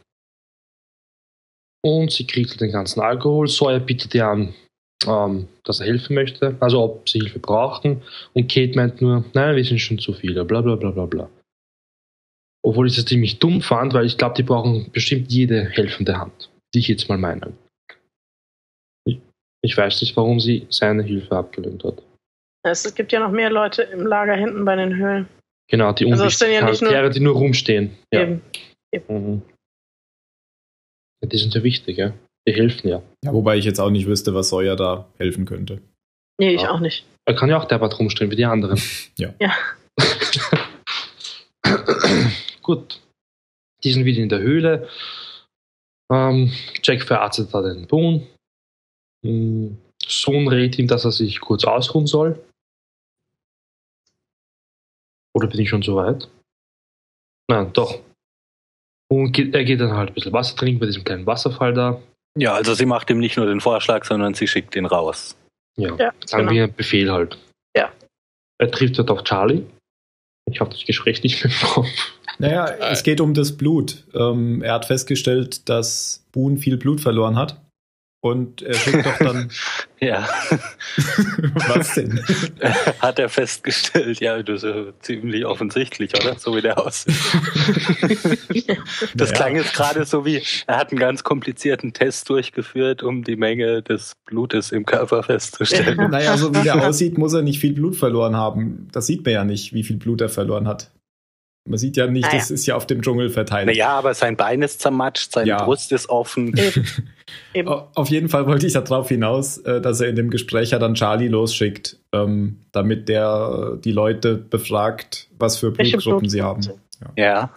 Und sie kriegt den ganzen Alkohol. Sawyer bietet ihr an, ähm, dass er helfen möchte, also ob sie Hilfe brauchen. Und Kate meint nur, nein, wir sind schon zu viele, bla bla bla bla bla. Obwohl ich das ziemlich dumm fand, weil ich glaube, die brauchen bestimmt jede helfende Hand, die ich jetzt mal meine. Ich, ich weiß nicht, warum sie seine Hilfe abgelehnt hat. Es gibt ja noch mehr Leute im Lager hinten bei den Höhlen. Genau, die also unwichtigen ja Charaktere, nur die nur rumstehen. Ja. Eben. Eben. Mhm. Ja, die sind ja wichtig, ja. Die helfen ja. Ja, wobei ich jetzt auch nicht wüsste, was Sawyer da helfen könnte. Nee, ich ja. auch nicht. Er kann ja auch derart rumstehen wie die anderen. Ja. Ja. Gut. Die sind wieder in der Höhle. Ähm, Jack verarztet da den Boone. Ähm, Sohn rät ihm, dass er sich kurz ausruhen soll. Oder bin ich schon so weit? Nein, doch. Und geht, er geht dann halt ein bisschen Wasser trinken bei diesem kleinen Wasserfall da. Ja, also sie macht ihm nicht nur den Vorschlag, sondern sie schickt ihn raus. Ja, ja sagen genau. wir Befehl halt. Ja. Er trifft dort auf Charlie. Ich habe das Gespräch nicht mitbekommen. Naja, es geht um das Blut. Ähm, er hat festgestellt, dass Boone viel Blut verloren hat. Und er schickt doch dann... ja. Was denn? Hat er festgestellt. Ja, das ist ja ziemlich offensichtlich, oder? So wie der aussieht. Das naja. klang jetzt gerade so wie, er hat einen ganz komplizierten Test durchgeführt, um die Menge des Blutes im Körper festzustellen. Naja, so wie der aussieht, muss er nicht viel Blut verloren haben. Das sieht man ja nicht, wie viel Blut er verloren hat. Man sieht ja nicht, naja. Das ist ja auf dem Dschungel verteilt. Naja, aber sein Bein ist zermatscht, seine ja. Brust ist offen. Eben. Eben. Auf jeden Fall wollte ich darauf hinaus, dass er in dem Gespräch ja dann Charlie losschickt, damit der die Leute befragt, was für Blutgruppen sie haben. Ja. ja.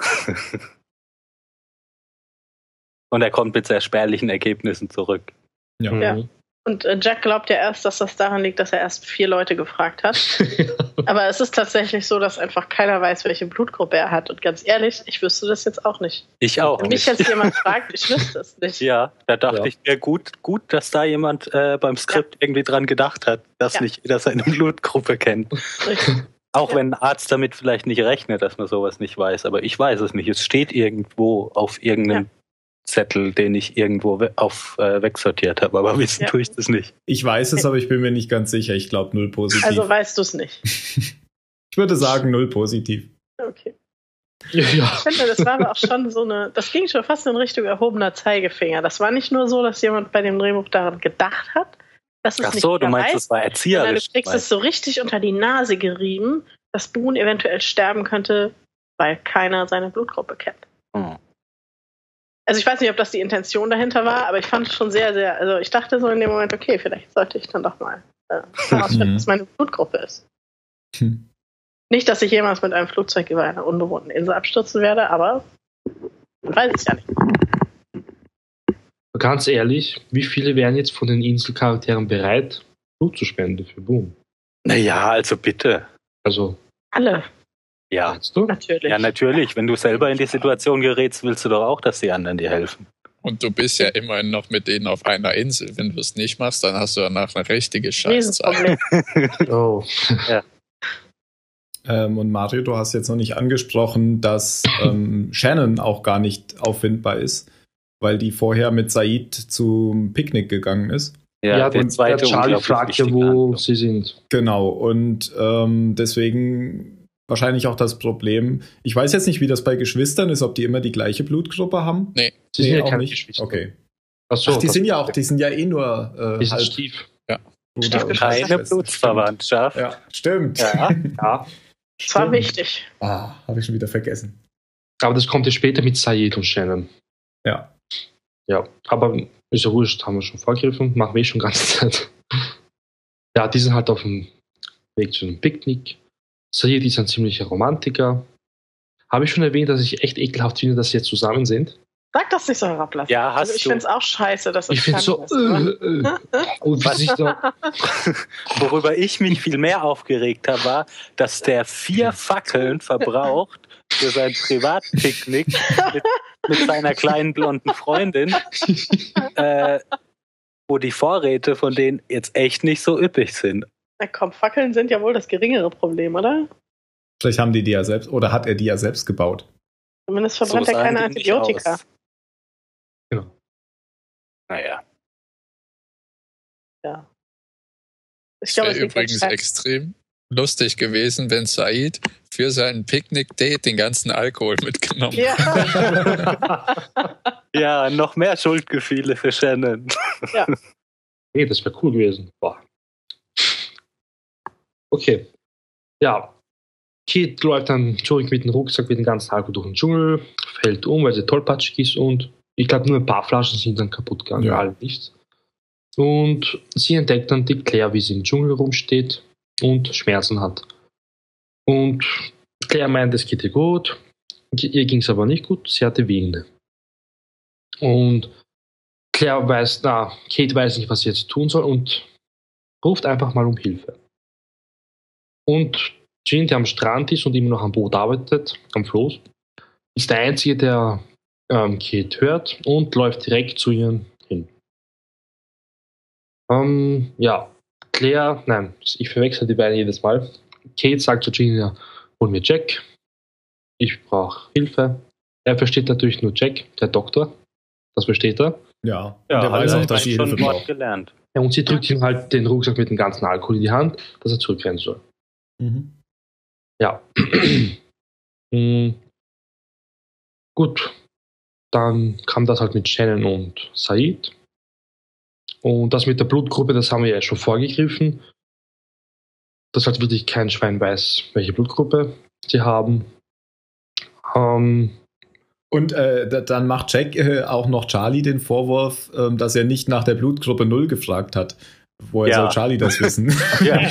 Und er kommt mit sehr spärlichen Ergebnissen zurück. Ja. ja. Und Jack glaubt ja erst, dass das daran liegt, dass er erst vier Leute gefragt hat. Aber es ist tatsächlich so, dass einfach keiner weiß, welche Blutgruppe er hat. Und ganz ehrlich, ich wüsste das jetzt auch nicht. Ich auch Wenn nicht. mich jetzt jemand fragt, ich wüsste es nicht. Ja, da dachte ja. ich mir, gut, gut, dass da jemand äh, beim Skript ja. irgendwie dran gedacht hat, dass ja. nicht jeder seine Blutgruppe kennt. Richtig. Auch ja. wenn ein Arzt damit vielleicht nicht rechnet, dass man sowas nicht weiß. Aber ich weiß es nicht. Es steht irgendwo auf irgendeinem ja. Zettel, den ich irgendwo we- auf äh, wegsortiert habe, aber wissen ja. tue ich das nicht. Ich weiß es, aber ich bin mir nicht ganz sicher. Ich glaube null positiv. Also weißt du es nicht. Ich würde sagen null positiv. Okay. Ja. Ich finde, das war aber auch schon so eine, das ging schon fast in Richtung erhobener Zeigefinger. Das war nicht nur so, dass jemand bei dem Drehbuch daran gedacht hat, dass es Ach nicht so, du meinst, weiß, das war erzieherisch. Du kriegst es so richtig unter die Nase gerieben, dass Boone eventuell sterben könnte, weil keiner seine Blutgruppe kennt. Hm. Also ich weiß nicht, ob das die Intention dahinter war, aber ich fand es schon sehr, sehr, also ich dachte so in dem Moment, okay, vielleicht sollte ich dann doch mal äh, herausfinden, was meine Blutgruppe ist. Hm. Nicht, dass ich jemals mit einem Flugzeug über einer unbewohnten Insel abstürzen werde, aber man weiß es ja nicht. Ganz ehrlich, wie viele wären jetzt von den Inselcharakteren bereit, Blut zu spenden für Boone? Naja, also bitte. Also alle. Ja, du? Natürlich. Ja, natürlich. Wenn du selber in die Situation gerätst, willst du doch auch, dass die anderen dir helfen. Und du bist ja immerhin noch mit denen auf einer Insel. Wenn du es nicht machst, dann hast du danach eine richtige Scheißzeit. Oh. Ja. Ähm, und Mario, du hast jetzt noch nicht angesprochen, dass ähm, Shannon auch gar nicht auffindbar ist, weil die vorher mit Said zum Picknick gegangen ist. Ja, ja der zweite Charlie fragt ja, wo sie sind. Genau, und ähm, deswegen wahrscheinlich auch das Problem. Ich weiß jetzt nicht, wie das bei Geschwistern ist, ob die immer die gleiche Blutgruppe haben. Nee, sie sind nee, ja auch keine nicht. Geschwister. Okay. Ach so, Ach, die sind ja auch, die sind ja eh nur äh, halb Stief. Ja. Bruder und Keine Schwester. Blutsverwandtschaft. Ja, stimmt. Ja. Ja. Das war wichtig. Ah, habe ich schon wieder vergessen. Aber das kommt ja später mit Said und Shannon. Ja. Ja, aber ist ja wurscht, haben wir schon vorgegriffen, machen wir eh schon die ganze Zeit. Ja, die sind halt auf dem Weg zu einem Picknick. Said ist ein ziemlicher Romantiker. Habe ich schon erwähnt, dass ich echt ekelhaft finde, dass sie jetzt zusammen sind? Sag das nicht so herablassen. Ja, hast also ich du. finde es auch scheiße, dass es Ich finde so. ist, ne? Äh, äh. Und wie sich da. Worüber ich mich viel mehr aufgeregt habe, war, dass der vier Fackeln verbraucht für sein Privatpicknick mit, mit seiner kleinen blonden Freundin, äh, wo die Vorräte von denen jetzt echt nicht so üppig sind. Na komm, Fackeln sind ja wohl das geringere Problem, oder? Vielleicht haben die die ja selbst, oder hat er die ja selbst gebaut. Zumindest verbrennt So er keine sahen die nicht Antibiotika. aus. Genau. Naja. Ja. Ich Es glaube, wäre es liegt am übrigens Stress. extrem lustig gewesen, wenn Said für sein Picknick-Date den ganzen Alkohol mitgenommen Ja. Ja, noch mehr Schuldgefühle für Shannon. Ja. Nee, das wäre cool gewesen. Boah. Okay. Ja. Kate läuft dann zurück mit dem Rucksack mit dem ganzen Alkohol durch den Dschungel, fällt um, weil sie tollpatschig ist und ich glaube nur ein paar Flaschen sind dann kaputt gegangen, Ja. alle nichts. Und sie entdeckt dann die Claire, wie sie im Dschungel rumsteht und Schmerzen hat. Und Claire meint, es geht ihr gut. Ihr ging es aber nicht gut, sie hatte Wehen. Und Claire weiß, na, Kate weiß nicht, was sie jetzt tun soll und ruft einfach mal um Hilfe. Und Jin, der am Strand ist und immer noch am Boot arbeitet, am Floß, ist der Einzige, der ähm, Kate hört und läuft direkt zu ihr hin. Ähm, ja, Claire, nein, ich verwechsel die beiden jedes Mal. Kate sagt zu Jin, ja, hol mir Jack, ich brauche Hilfe. Er versteht natürlich nur Jack, der Doktor, das versteht er. Ja, Ja, und er weiß also auch, dass sie schon Hilfe ein Wort braucht. gelernt. Ja, und sie drückt ihm halt den Rucksack mit dem ganzen Alkohol in die Hand, dass er zurückrennen soll. Mhm. Ja. mm. Gut. Dann kam das halt mit Shannon und Said. Und das mit der Blutgruppe, das haben wir ja schon vorgegriffen. Dass halt wirklich kein Schwein weiß, welche Blutgruppe sie haben. Ähm, Und äh, da- dann macht Jack äh, auch noch Charlie den Vorwurf, ähm, dass er nicht nach der Blutgruppe null gefragt hat. Woher Ja. soll Charlie das wissen? Ja.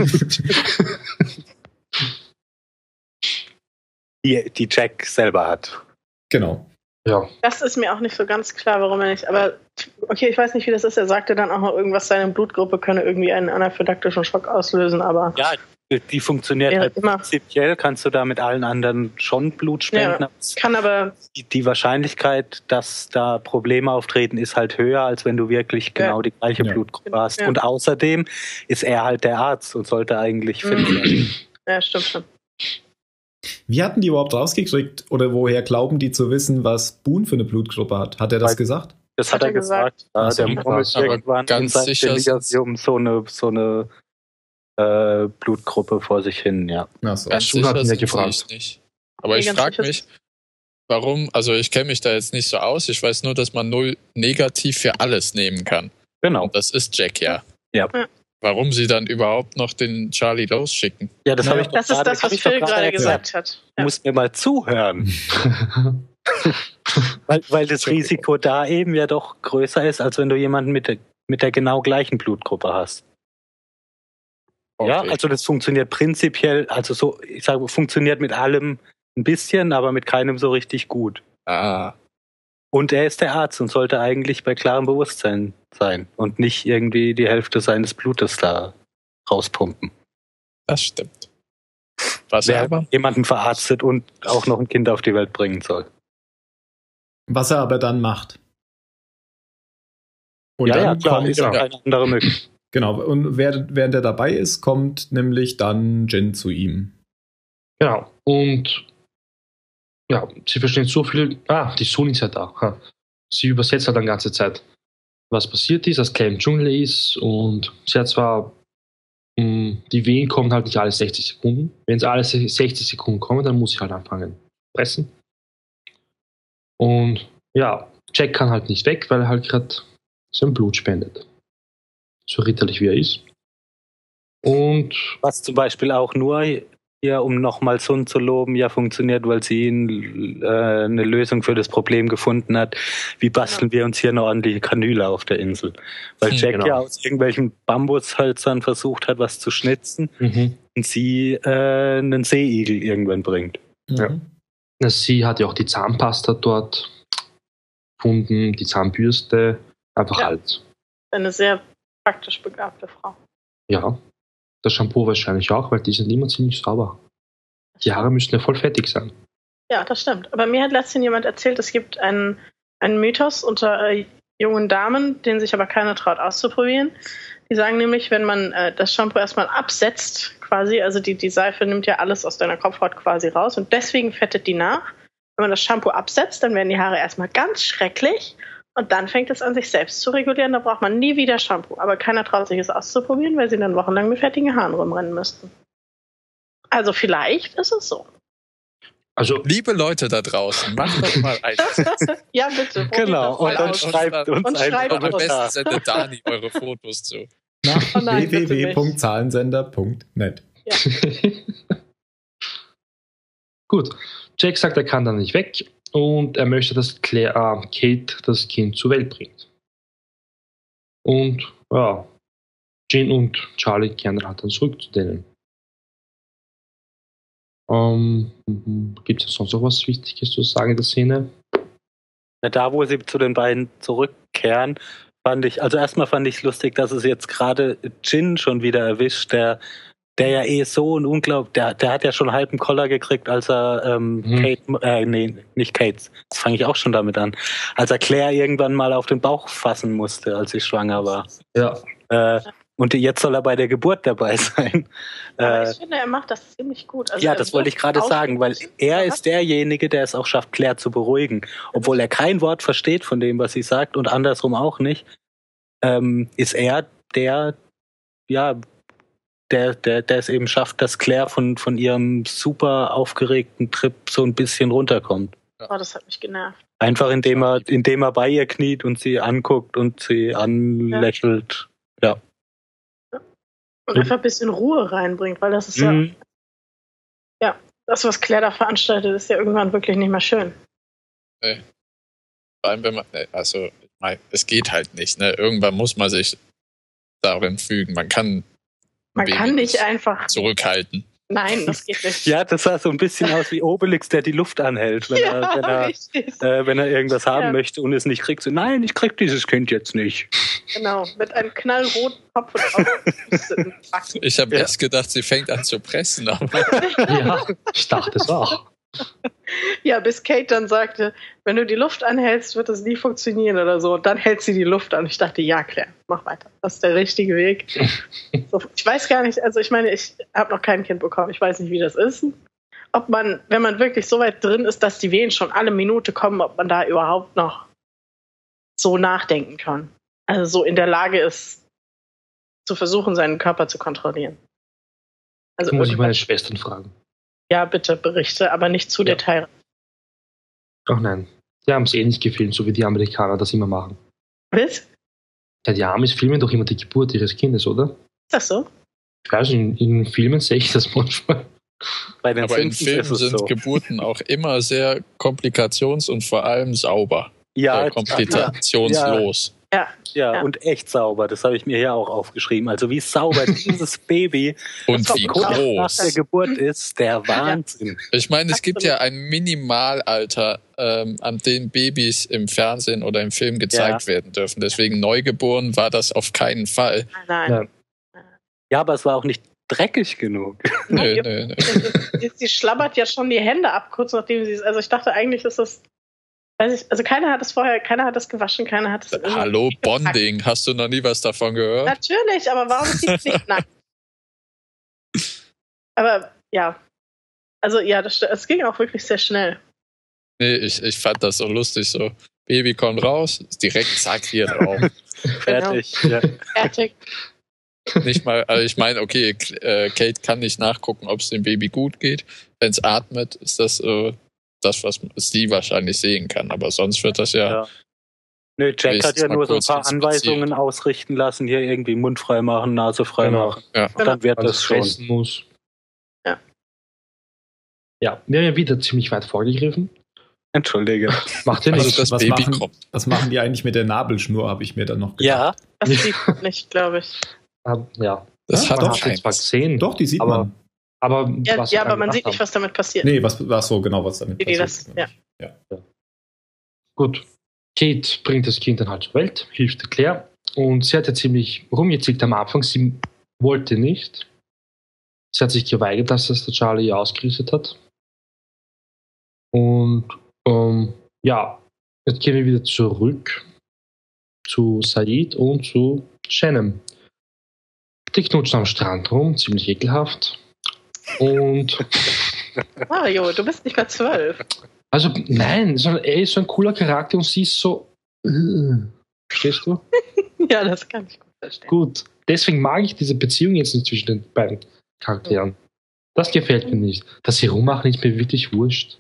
die, die Jack selber hat. Genau. ja. Das ist mir auch nicht so ganz klar, warum er nicht. Aber okay, ich weiß nicht, wie das ist. Er sagte dann auch noch irgendwas, seine Blutgruppe könne irgendwie einen anaphylaktischen Schock auslösen, aber Ja, die, die funktioniert Ja, halt immer. prinzipiell, kannst du da mit allen anderen schon Blut spenden. Ja. kann aber. Die, die Wahrscheinlichkeit, dass da Probleme auftreten, ist halt höher, als wenn du wirklich genau die gleiche Ja. Blutgruppe hast. Ja. Und außerdem ist er halt der Arzt und sollte eigentlich fit Mhm. sein. Ja, stimmt schon. Wie hatten die überhaupt rausgekriegt oder woher glauben die zu wissen, was Boone für eine Blutgruppe hat? Hat er das Weil- gesagt? Das Hat hat er er gesagt. gesagt. Ja, Ach so. der muss Aber irgendwann in ganz seinem sicher Delirium so eine, so eine äh, Blutgruppe vor sich hin, ja. Ach so. Ganz Schuh sicher hatten wir sind gefragt. sie nicht. Aber Nee, ich ganz frage sicher mich, warum, also ich kenne mich da jetzt nicht so aus, ich weiß nur, dass man null negativ für alles nehmen kann. Genau. Und das ist Jack ja. Ja. Ja. Warum sie dann überhaupt noch den Charlie losschicken? Ja, das Naja. habe ich doch Das ist gerade, das, hab was ich doch Phil gerade gerade erklärt. gesagt hat. Du Ja. musst mir mal zuhören. weil, weil das Risiko da eben ja doch größer ist, als wenn du jemanden mit der, mit der genau gleichen Blutgruppe hast. Ja, Okay. also das funktioniert prinzipiell, also so, ich sage, funktioniert mit allem ein bisschen, aber mit keinem so richtig gut. Ah, Und er ist der Arzt und sollte eigentlich bei klarem Bewusstsein sein und nicht irgendwie die Hälfte seines Blutes da rauspumpen. das stimmt. Was er Wer aber? jemanden verarztet und auch noch ein Kind auf die Welt bringen soll. Was er aber dann macht. Und ja, dann ja, klar, kommt, ist ja keine andere Möglichkeit. genau, und wer, während er dabei ist, kommt nämlich dann Jin zu ihm. Genau. Und ja, sie verstehen so viel. Ah, die Sun ist ja da. Ha. Sie übersetzt halt dann die ganze Zeit, was passiert ist, dass Claire im Dschungel ist. Und sie hat zwar, mh, die Wehen kommen halt nicht alle sechzig Sekunden. Wenn sie alle sechzig Sekunden kommen, dann muss sie halt anfangen pressen. Und ja, Jack kann halt nicht weg, weil er halt gerade sein Blut spendet. So ritterlich wie er ist. Und Was zum Beispiel auch nur hier, um nochmal Sun zu loben, ja funktioniert, weil sie ein, äh, eine Lösung für das Problem gefunden hat. Wie basteln wir uns hier eine ordentliche Kanüle auf der Insel? Weil Hm, Jack genau. ja aus irgendwelchen Bambushölzern versucht hat, was zu schnitzen mhm. und sie äh, einen Seeigel irgendwann bringt. Ja. sie hat ja auch die Zahnpasta dort. gefunden, die Zahnbürste, einfach Ja. alles. Eine sehr praktisch begabte Frau. Ja, das Shampoo wahrscheinlich auch, weil die sind immer ziemlich sauber. Die Haare müssen ja voll fettig sein. Ja, das stimmt. Aber mir hat letztens jemand erzählt, es gibt einen, einen Mythos unter äh, jungen Damen, den sich aber keiner traut auszuprobieren. Die sagen nämlich, wenn man äh, das Shampoo erstmal absetzt, quasi, also die, die Seife nimmt ja alles aus deiner Kopfhaut quasi raus und deswegen fettet die nach. Wenn man das Shampoo absetzt, dann werden die Haare erstmal ganz schrecklich und dann fängt es an, sich selbst zu regulieren. Da braucht man nie wieder Shampoo. Aber keiner traut sich es auszuprobieren, weil sie dann wochenlang mit fettigen Haaren rumrennen müssten. Also vielleicht ist es so. Also, Liebe Leute da draußen, macht doch mal ein. Ja, bitte. probiert Genau, das mal und dann aus. schreibt uns Und ein schreibt Am uns. besten sendet Dani eure Fotos zu. Nach Oh nein, bitte w w w nicht. punkt zahlensender punkt net. gut. Jack sagt, er kann da nicht weg und er möchte, dass Claire, äh, Kate das Kind zur Welt bringt. Und ja, Jin und Charlie kehren halt dann zurück zu denen. Ähm, gibt es sonst noch was Wichtiges zu sagen in der Szene? Ja, da, wo sie zu den beiden zurückkehren, fand ich, also erstmal fand ich lustig, dass es jetzt gerade Jin schon wieder erwischt, der, der ja eh so ein unglaublich, der, der hat ja schon halben Koller gekriegt, als er ähm, Mhm. Kate, äh, nee, nicht Kate, das fange ich auch schon damit an, als er Claire irgendwann mal auf den Bauch fassen musste, als sie schwanger war. Ja. Äh, und jetzt soll er bei der Geburt dabei sein. Aber Äh, ich finde, er macht das ziemlich gut. Also ja, er das wollte ich gerade wirft sagen, weil er auf- ist derjenige, der es auch schafft, Claire zu beruhigen. Obwohl er kein Wort versteht von dem, was sie sagt und andersrum auch nicht, ähm, ist er der, ja, der, der, der es eben schafft, dass Claire von, von ihrem super aufgeregten Trip so ein bisschen runterkommt. Oh, das hat mich genervt. Einfach indem er, indem er bei ihr kniet und sie anguckt und sie anlächelt. Ja. Und einfach ein bisschen Ruhe reinbringt, weil das ist ja, Mhm. das, was Claire da veranstaltet, ist ja irgendwann wirklich nicht mehr schön. Vor allem, wenn man, ne, also, ich mein, es geht halt nicht, ne? Irgendwann muss man sich darin fügen. Man kann Man Baby kann nicht einfach. zurückhalten. Nein, das geht nicht. Ja, das sah so ein bisschen aus wie Obelix, der die Luft anhält, wenn er, wenn er, richtig. äh, wenn er irgendwas haben Ja. möchte und es nicht kriegt. So, nein, ich krieg dieses Kind jetzt nicht. Genau, mit einem knallroten Kopf und aufgepusteten Backen. Ich habe Ja. erst gedacht, sie fängt an zu pressen, aber Ja, ich dachte es auch. Ja, bis Kate dann sagte, wenn du die Luft anhältst, wird das nie funktionieren oder so. Und dann hält sie die Luft an. Ich dachte, ja, Claire, mach weiter. Das ist der richtige Weg. So, ich weiß gar nicht, also ich meine, ich habe noch kein Kind bekommen. Ich weiß nicht, wie das ist. Ob man, wenn man wirklich so weit drin ist, dass die Wehen schon alle Minute kommen, ob man da überhaupt noch so nachdenken kann. Also so in der Lage ist, zu versuchen, seinen Körper zu kontrollieren. Also Da muss ich irgendwann- meine Schwestern fragen. ja, bitte berichte, aber nicht zu Ja. detailreich. Ach nein, die haben es eh nicht gefilmt, so wie die Amerikaner das immer machen. Was? Ja, die Amis filmen doch immer die Geburt ihres Kindes, oder? Ist das so? Ich weiß, in, in Filmen sehe ich das manchmal. Bei den aber in Simpsons Filmen ist es sind so. Geburten auch immer sehr komplikations- und vor allem sauber. Ja, äh, komplikationslos. Ja. ja, Ja. und echt sauber. Das habe ich mir hier auch aufgeschrieben. Also wie sauber dieses Baby Und Das wie war kurz nach groß. der Geburt ist, der Wahnsinn. Ich meine, es gibt Absolut. ja ein Minimalalter, ähm, an dem Babys im Fernsehen oder im Film gezeigt werden dürfen. Deswegen Neugeboren war das auf keinen Fall. Nein, nein. Ja. Ja, aber es war auch nicht dreckig genug. Nö, Ja. nö, nö. Sie, sie schlabbert ja schon die Hände ab, kurz nachdem sie es. Also ich dachte eigentlich, ist das. Weiß ich, also keiner hat es vorher, keiner hat es gewaschen, keiner hat es. irgendwie Hallo, gepackt. Bonding. Hast du noch nie was davon gehört? Natürlich, aber warum ist sie nicht nackt? Aber ja. Also ja, das, es ging auch wirklich sehr schnell. Nee, ich, ich fand das so lustig. So, Baby kommt raus, direkt zack, hier drauf. Fertig. Ja. Fertig. Nicht mal, also ich meine, okay, K- äh, Kate kann nicht nachgucken, ob es dem Baby gut geht. Wenn es atmet, ist das äh, das, was sie wahrscheinlich sehen kann. Aber sonst wird das ja. Ja. Nö, Jack Wenigstens hat ja mal nur so ein kurz paar inspiziert. Anweisungen ausrichten lassen, hier irgendwie Mund frei machen, Nase frei Genau. machen. Ja. Und dann wird Also das schon. fressen muss. Ja. Ja, wir haben ja wieder ziemlich weit vorgegriffen. Entschuldige. Macht ja Also nichts. das was Baby machen- kommt. Was machen die eigentlich mit der Nabelschnur, habe ich mir dann noch gedacht. Ja, Das sieht man nicht, glaube ich. Ah, ja, Das Ja, hat man doch hat jetzt zwar keins. gesehen. Doch, die sieht aber, man. Aber Ja, was ja sie aber man gemacht sieht nicht, haben. was damit passiert. Nee, was war so genau, was damit Wie die passiert. das- ja. Gut. Kate bringt das Kind dann halt zur Welt, hilft Claire. Und sie hat ja ziemlich rumgezickt am Anfang. Sie wollte nicht. Sie hat sich geweigert, dass das der Charlie ausgerichtet hat. Und ähm, ja, jetzt gehen wir wieder zurück zu Sayid und zu Shannon. Die knutschen am Strand rum, ziemlich ekelhaft. Und Mario, du bist nicht mehr zwölf. also nein, sondern er ist so ein cooler Charakter und sie ist so. Uh, verstehst du? Ja, das kann ich gut verstehen. Gut, deswegen mag ich diese Beziehung jetzt nicht zwischen den beiden Charakteren. Das gefällt mir nicht. Dass sie rummachen, ist mir wirklich wurscht.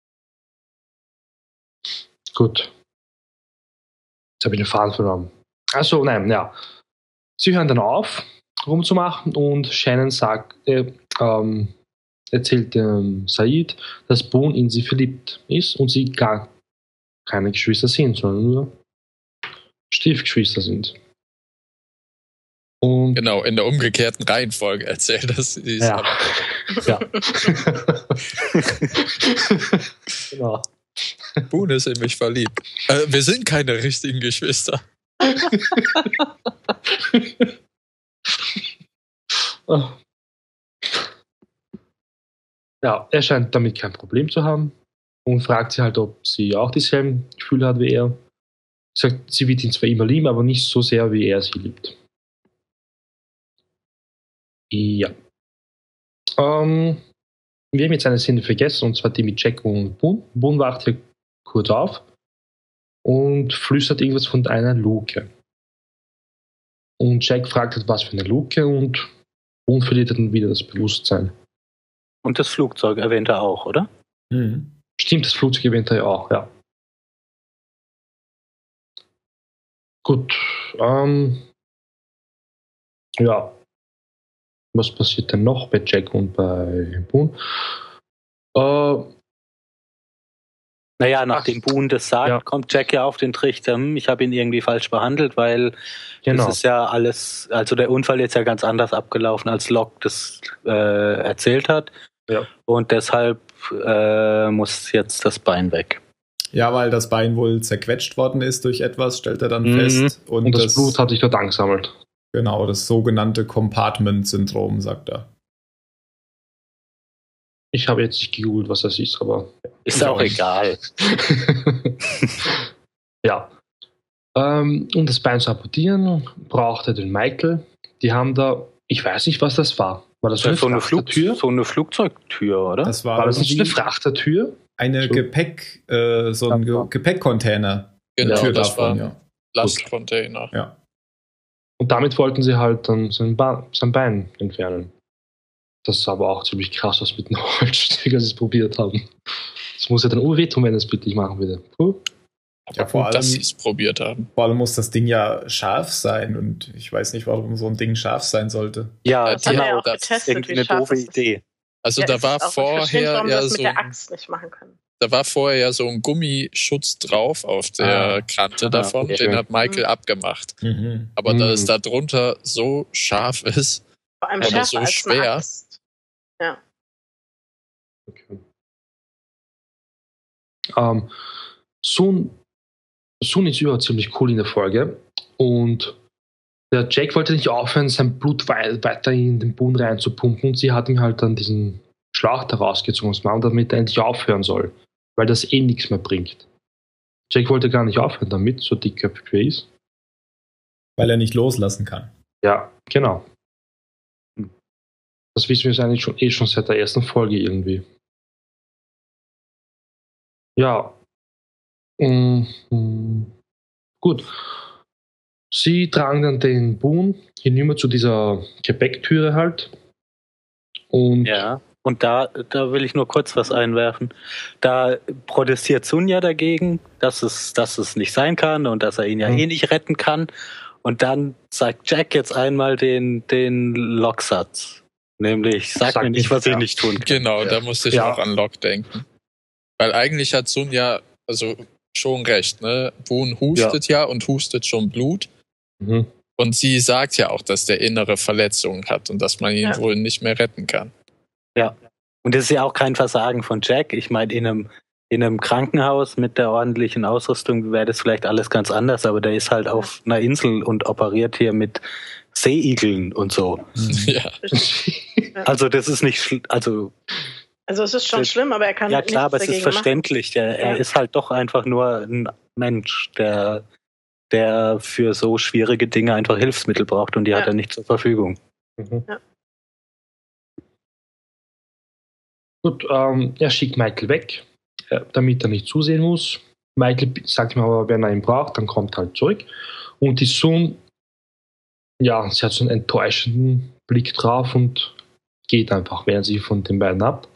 Gut. Jetzt habe ich den Faden verloren. Also, nein, ja. Sie hören dann auf, rumzumachen und Shannon sagt, äh, ähm, erzählt ähm, Sayid, dass Boone in sie verliebt ist und sie gar keine Geschwister sind, sondern nur Stiefgeschwister sind. Und Genau, in der umgekehrten Reihenfolge erzählt das. ja. ja. Genau. Boone ist in mich verliebt. Äh, wir sind keine richtigen Geschwister. Ja, er scheint damit kein Problem zu haben und fragt sie halt, ob sie auch dieselben Gefühle hat wie er. Sagt, sie wird ihn zwar immer lieben, aber nicht so sehr, wie er sie liebt. Ja. Ähm, wir haben jetzt eine Szene vergessen, und zwar die mit Jack und Boone. Boone wacht hier kurz auf und flüstert irgendwas von einer Luke. Und Jack fragt halt, was für eine Luke, und Boone verliert dann wieder das Bewusstsein. Und das Flugzeug erwähnt er auch, oder? Mhm. Stimmt, das Flugzeug erwähnt er ja auch, ja. Gut. Ähm, ja. Was passiert denn noch bei Jack und bei Boone? Äh, Naja, nachdem Ach, Boone das sagt, ja. kommt Jack ja auf den Trichter, hm, ich habe ihn irgendwie falsch behandelt, weil genau. das ist ja alles, also der Unfall ist ja ganz anders abgelaufen, als Locke das äh, erzählt hat. Ja. Und deshalb äh, muss jetzt das Bein weg. Ja, weil das Bein wohl zerquetscht worden ist durch etwas, stellt er dann Mhm. fest. Und, Und das, das Blut hat sich dort angesammelt. Genau, das sogenannte Compartment-Syndrom, sagt er. Ich habe jetzt nicht gegoogelt, was das ist, aber. Ist auch egal. Ja. Ähm, um das Bein zu amputieren, braucht er den Michael. Die haben da, ich weiß nicht, was das war. War das so eine, so, eine Flug, Frachtertür? so eine Flugzeugtür, oder? Das war, War das nicht irgendwie eine Frachtertür? eine So. Gepäck, äh, so ein Ja. Ge Gepäckcontainer. Genau, Tür das davon, war ja. Lastcontainer. Ja. Und damit wollten sie halt dann sein, ba- sein Bein entfernen. Das sah aber auch ziemlich krass aus mit dem Holzstück, als sie es probiert haben. Das muss ja dann oh wehtun, wenn er es wirklich machen würde. Puh. Aber Ja, vor gut, dass allem- sie es probiert haben. Vor allem muss das Ding ja scharf sein und ich weiß nicht, warum so ein Ding scharf sein sollte. Ja, Das hat er ja genau, auch das ist getestet, irgendwie wie eine scharf doofe es ist. Idee. Also Ja, da ist war es auch. Ich verstehe nicht, vorher warum sie ja das so mit der ein, Axt nicht machen können. da war vorher ja so ein Gummischutz drauf auf der Ah. Kante Ah, davon. okay. Den hat Michael Mhm. abgemacht. Mhm. Aber da Mhm. es da drunter so scharf ist, Vor allem Aber schärfer so als schwer. eine Axt. Ja. Okay. Ähm, Sun, Sun ist überhaupt ziemlich cool in der Folge. Und der Jack wollte nicht aufhören, sein Blut wei- weiter in den Boden reinzupumpen. Und sie hat ihm halt dann diesen Schlauch da rausgezogen, damit er endlich aufhören soll. Weil das eh nichts mehr bringt. Jack wollte gar nicht aufhören damit, so dickköpfig wie er ist. Weil er nicht loslassen kann. Ja, genau. Das wissen wir jetzt eigentlich schon, eh schon seit der ersten Folge irgendwie. Ja. Mhm. Gut. Sie tragen dann den Boone hinüber zu dieser Gepäcktüre halt. Und Ja. Und da, da will ich nur kurz was einwerfen. Da protestiert Sunja dagegen, dass es, dass es nicht sein kann und dass er ihn ja Mhm. eh nicht retten kann. Und dann sagt Jack jetzt einmal den, den Locksatz. Nämlich, sag, Sag mir nicht, nicht, was ich ja. nicht tun kann. genau, Ja. da musste ich Ja. auch an Locke denken. Weil eigentlich hat Sun ja also schon recht, ne? Boone hustet ja. und hustet schon Blut. Mhm. Und sie sagt ja auch, dass der innere Verletzungen hat und dass man ihn Ja. wohl nicht mehr retten kann. Und das ist ja auch kein Versagen von Jack. Ich meine, in einem in einem Krankenhaus mit der ordentlichen Ausrüstung wäre das vielleicht alles ganz anders, aber der ist halt auf einer Insel und operiert hier mit Seeigeln und so. Ja. Also das ist nicht, schl- also Also es ist schon Das- schlimm, aber er kann ja nichts klar, aber es ist dagegen verständlich. Der, er Ja. ist halt doch einfach nur ein Mensch, der, der für so schwierige Dinge einfach Hilfsmittel braucht und die Ja. hat er nicht zur Verfügung. Mhm. Ja. Gut, ähm, er schickt Michael weg, äh, damit er nicht zusehen muss. Michael sagt ihm aber, wenn er ihn braucht, dann kommt er halt zurück. Und die Sun, ja, sie hat so einen enttäuschenden Blick drauf und geht einfach, während sie von den beiden ab.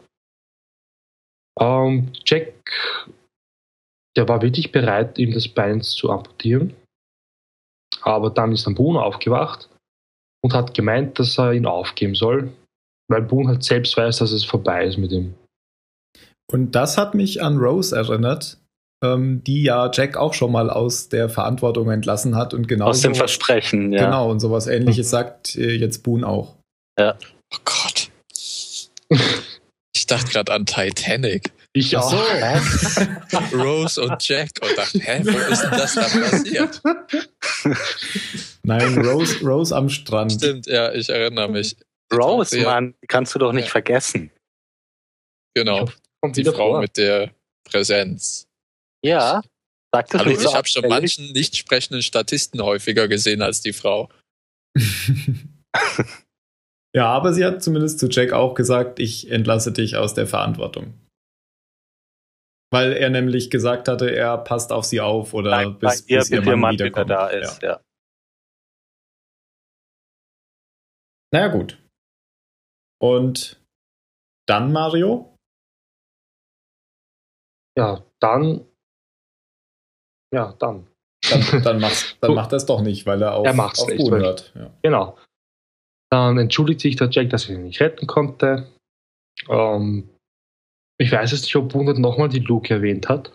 Ähm, Jack, der war wirklich bereit, ihm das Bein zu amputieren. Aber dann ist dann Boone aufgewacht und hat gemeint, dass er ihn aufgeben soll, weil Boone halt selbst weiß, dass es vorbei ist mit ihm. Und das hat mich an Rose erinnert, ähm, die ja Jack auch schon mal aus der Verantwortung entlassen hat und genau Aus dem Versprechen, ja. Genau, und sowas Ähnliches sagt äh, jetzt Boone auch. Oh Gott. Ich dachte gerade an Titanic. Ich Ach so. auch. Rose und Jack und dachte, hä, wo ist denn das da passiert? Nein, Rose, Rose am Strand. Stimmt, ja, ich erinnere mich. Rose, Ja. Mann, die kannst du doch nicht Ja. vergessen. Genau, Kommt die wieder Frau vor. mit der Präsenz. Ja, sag das Hallo, nicht so ich habe schon abfällig. manchen nicht sprechenden Statisten häufiger gesehen als die Frau. Ja, aber sie hat zumindest zu Jack auch gesagt, ich entlasse dich aus der Verantwortung. Weil er nämlich gesagt hatte, er passt auf sie auf oder Nein, bis, bei ihr, bis ihr bis ihr Mann, Mann wieder wiederkommt. da ist, Ja. ja. Naja, gut. Und dann, Mario? Ja, dann. Ja, dann. Dann, dann, macht's, dann macht er es doch nicht, weil er auf, Er macht's auf nicht, Boone weil- hört. Ja. Genau. Dann entschuldigt sich der Jack, dass er ihn nicht retten konnte. Ähm, ich weiß jetzt nicht, ob Boone nochmal die Luke erwähnt hat.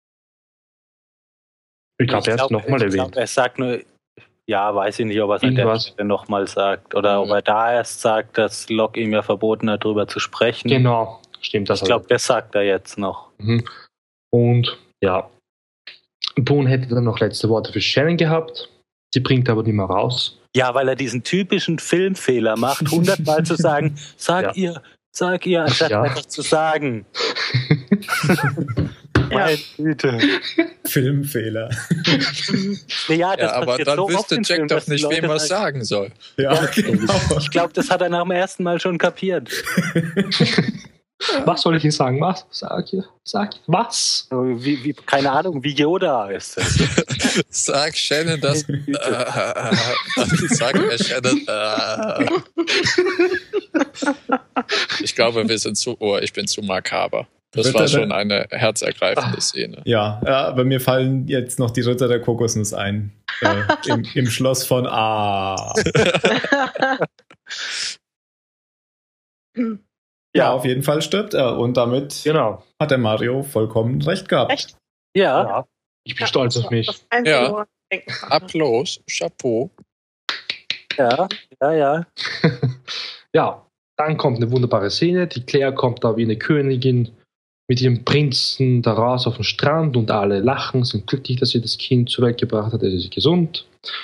Ich glaube, er hat es nochmal ich glaub, erwähnt. er sagt nur, ja, weiß ich nicht, ob er es an der Irgendwas. Stelle nochmal sagt. Oder ob Mhm. er da erst sagt, dass Locke ihm ja verboten hat, darüber zu sprechen. Genau, stimmt das. Ich glaube, das sagt er jetzt noch. Mhm. Und ja, Boone hätte dann noch letzte Worte für Shannon gehabt. Sie bringt aber nicht mehr raus. Ja, weil er diesen typischen Filmfehler macht, hundertmal zu sagen, sag Ja. ihr, sag ihr, anstatt Ja. einfach zu sagen. Meine Güte. Filmfehler. Ja, das Ja, aber passiert dann so oft wüsste im Jack Film, doch dass die nicht, wem Leute was sagen- sagen soll. Ja, genau. Ich glaube, das hat er nach dem ersten Mal schon kapiert. Was soll ich Ihnen sagen? Was? Sag ihr, sag ihr, was? Wie, wie, keine Ahnung, wie Yoda ist das. Sag Shannon das. Äh, äh, sag mir Shannon. Äh. Ich glaube, wir sind zu. Oh, ich bin zu makaber. Das Wird war er schon da- eine herzergreifende Szene. Ja, ja, aber mir fallen jetzt noch die Ritter der Kokosnuss ein. Äh, im, Im Schloss von A. Ja, auf jeden Fall stirbt er und damit Genau. hat der Mario vollkommen recht gehabt. Echt? Ja, Ja. Ich bin stolz auf mich. Das Einzige, Ja. woran ich denken kann. Applaus, Chapeau. ja, ja, ja. Ja, dann kommt eine wunderbare Szene. Die Claire kommt da wie eine Königin mit ihrem Prinzen da raus auf den Strand und alle lachen, sind glücklich, dass sie das Kind zur Welt gebracht hat. Es ist gesund.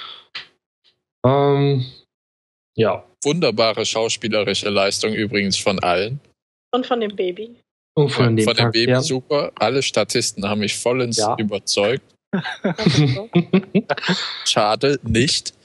Ähm, ja, Wunderbare schauspielerische Leistung übrigens von allen. Und von dem Baby. und von, Von dem dem Baby Charakter. super. Alle Statisten haben mich vollends Ja. überzeugt. Also, Schade, nicht.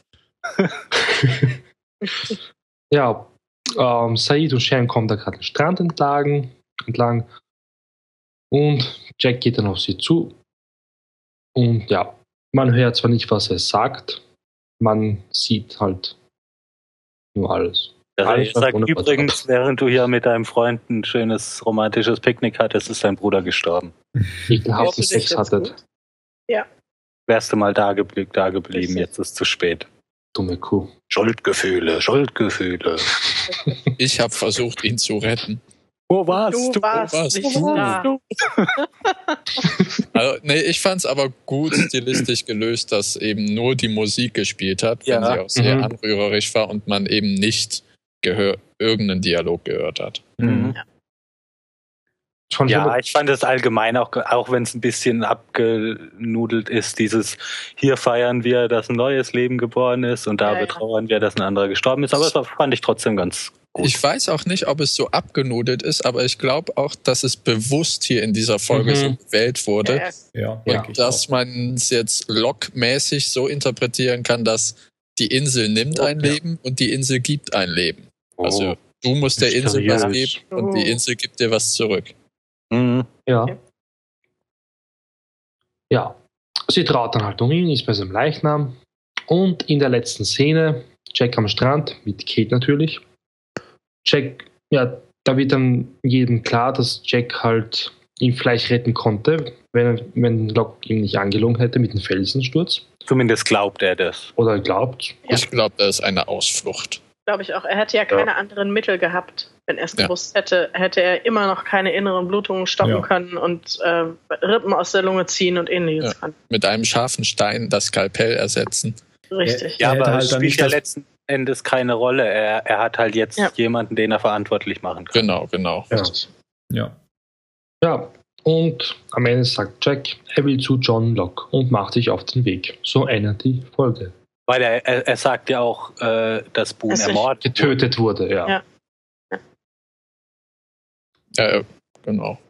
Ja, ähm, Said und Shan kommen da gerade den Strand entlang, entlang und Jack geht dann auf sie zu. Und ja, man hört zwar nicht, was er sagt, man sieht halt nur alles. Also Alles ich sag wunderbar. übrigens, während du hier mit deinem Freund ein schönes romantisches Picknick hattest, ist dein Bruder gestorben. Ekelhaften Hörst du dich Sex jetzt hattet. gut? Wärst du mal da, geblie da geblieben, Richtig. jetzt ist zu spät. Dumme Kuh. Schuldgefühle, Schuldgefühle. Ich habe versucht, ihn zu retten. Wo warst Du du? warst warst nicht du? da. Also, nee, ich fand es aber gut stilistisch gelöst, dass eben nur die Musik gespielt hat, wenn Ja. sie auch sehr Mhm. anrührerisch war und man eben nicht gehör irgendeinen Dialog gehört hat. Mhm. Fand ich Ja, aber- ich fand es allgemein, auch, auch wenn es ein bisschen abgenudelt ist, dieses hier feiern wir, dass ein neues Leben geboren ist und da Ja, ja. betrauern wir, dass ein anderer gestorben ist. Aber es war, fand ich trotzdem ganz gut. Ich weiß auch nicht, ob es so abgenudelt ist, aber ich glaube auch, dass es bewusst hier in dieser Folge Mhm. so gewählt wurde. Ja, ja. Ja, Und denke ich dass auch. man es jetzt Log-mäßig so interpretieren kann, dass die Insel nimmt ein Ja. Leben und die Insel gibt ein Leben. Also Oh. du musst der Insel was Mysteriös. geben und die Insel gibt dir was zurück. Mhm. Ja. Okay. Ja. Sie traut dann halt um ihn, ist bei seinem Leichnam. Und in der letzten Szene, Jack am Strand, mit Kate natürlich. Jack, ja, da wird dann jedem klar, dass Jack halt ihn vielleicht retten konnte, wenn, wenn Locke ihm nicht angelogen hätte mit dem Felsensturz. Zumindest glaubt er das. Oder er glaubt. Ja. Ich glaube, das ist eine Ausflucht. Glaube ich auch. Er hätte ja keine anderen Mittel gehabt. Wenn er es Ja. gewusst hätte, hätte er immer noch keine inneren Blutungen stoppen Ja. können und äh, Rippen aus der Lunge ziehen und ähnliches. Ja. Kann. Mit einem scharfen Stein das Skalpell ersetzen. Richtig. Ja, Er hätte aber halt es dann spielt nicht ja das- letzten Endes keine Rolle. Er, er hat halt jetzt Ja. jemanden, den er verantwortlich machen kann. Genau, genau. Ja. Richtig. Ja. Ja, und am Ende sagt Jack, er will zu John Locke und macht sich auf den Weg. So endet die Folge. Weil er, er, er sagt ja auch, äh, dass Boone Es ist ermordet wurde. Getötet wurde, ja. Ja. Ja, ja, genau.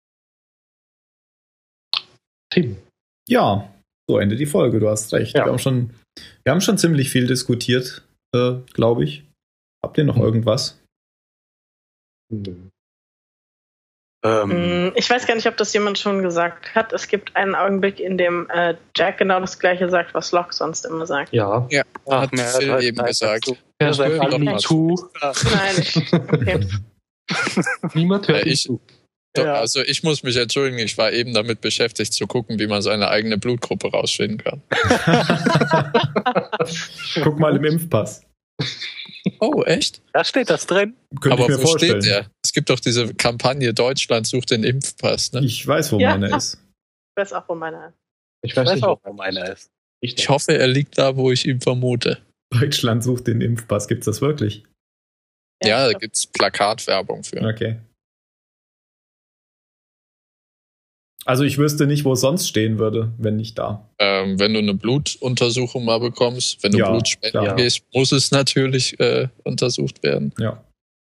Tim. Ja, so endet die Folge, du hast recht. Ja. Wir, haben schon, wir haben schon ziemlich viel diskutiert, äh, glaube ich. Habt ihr noch irgendwas? Ähm, Mm, Ich weiß gar nicht, ob das jemand schon gesagt hat. Es gibt einen Augenblick, in dem äh, Jack genau das Gleiche sagt, was Locke sonst immer sagt. Ja. ach, Hat mir Phil hört eben halt gesagt. dazu. Hörst Ja, du sag ihm mal. zu? Nein, ich, okay. Niemand hört Ja, ihm ich- zu. Doch, Ja. Also ich muss mich entschuldigen, ich war eben damit beschäftigt zu gucken, wie man seine eigene Blutgruppe rausfinden kann. Guck mal im Impfpass. Oh, echt? Da steht das drin. Könnte Aber ich mir wo vorstellen. steht der? Es gibt doch diese Kampagne Deutschland sucht den Impfpass. Ne? Ich weiß, wo Ja. meiner ist. Ich weiß auch, wo meiner Ich Ich weiß weiß nicht, auch, ob wo meiner ist. ich Ich hoffe, er liegt da, wo ich ihn vermute. Deutschland sucht den Impfpass. Gibt's das wirklich? Ja, ich da gibt's Plakatwerbung für. Okay. Also ich wüsste nicht, wo es sonst stehen würde, wenn nicht da. Ähm, wenn du eine Blutuntersuchung mal bekommst, wenn du Ja, Blut spenden klar. gehst, muss es natürlich äh, untersucht werden. Ja.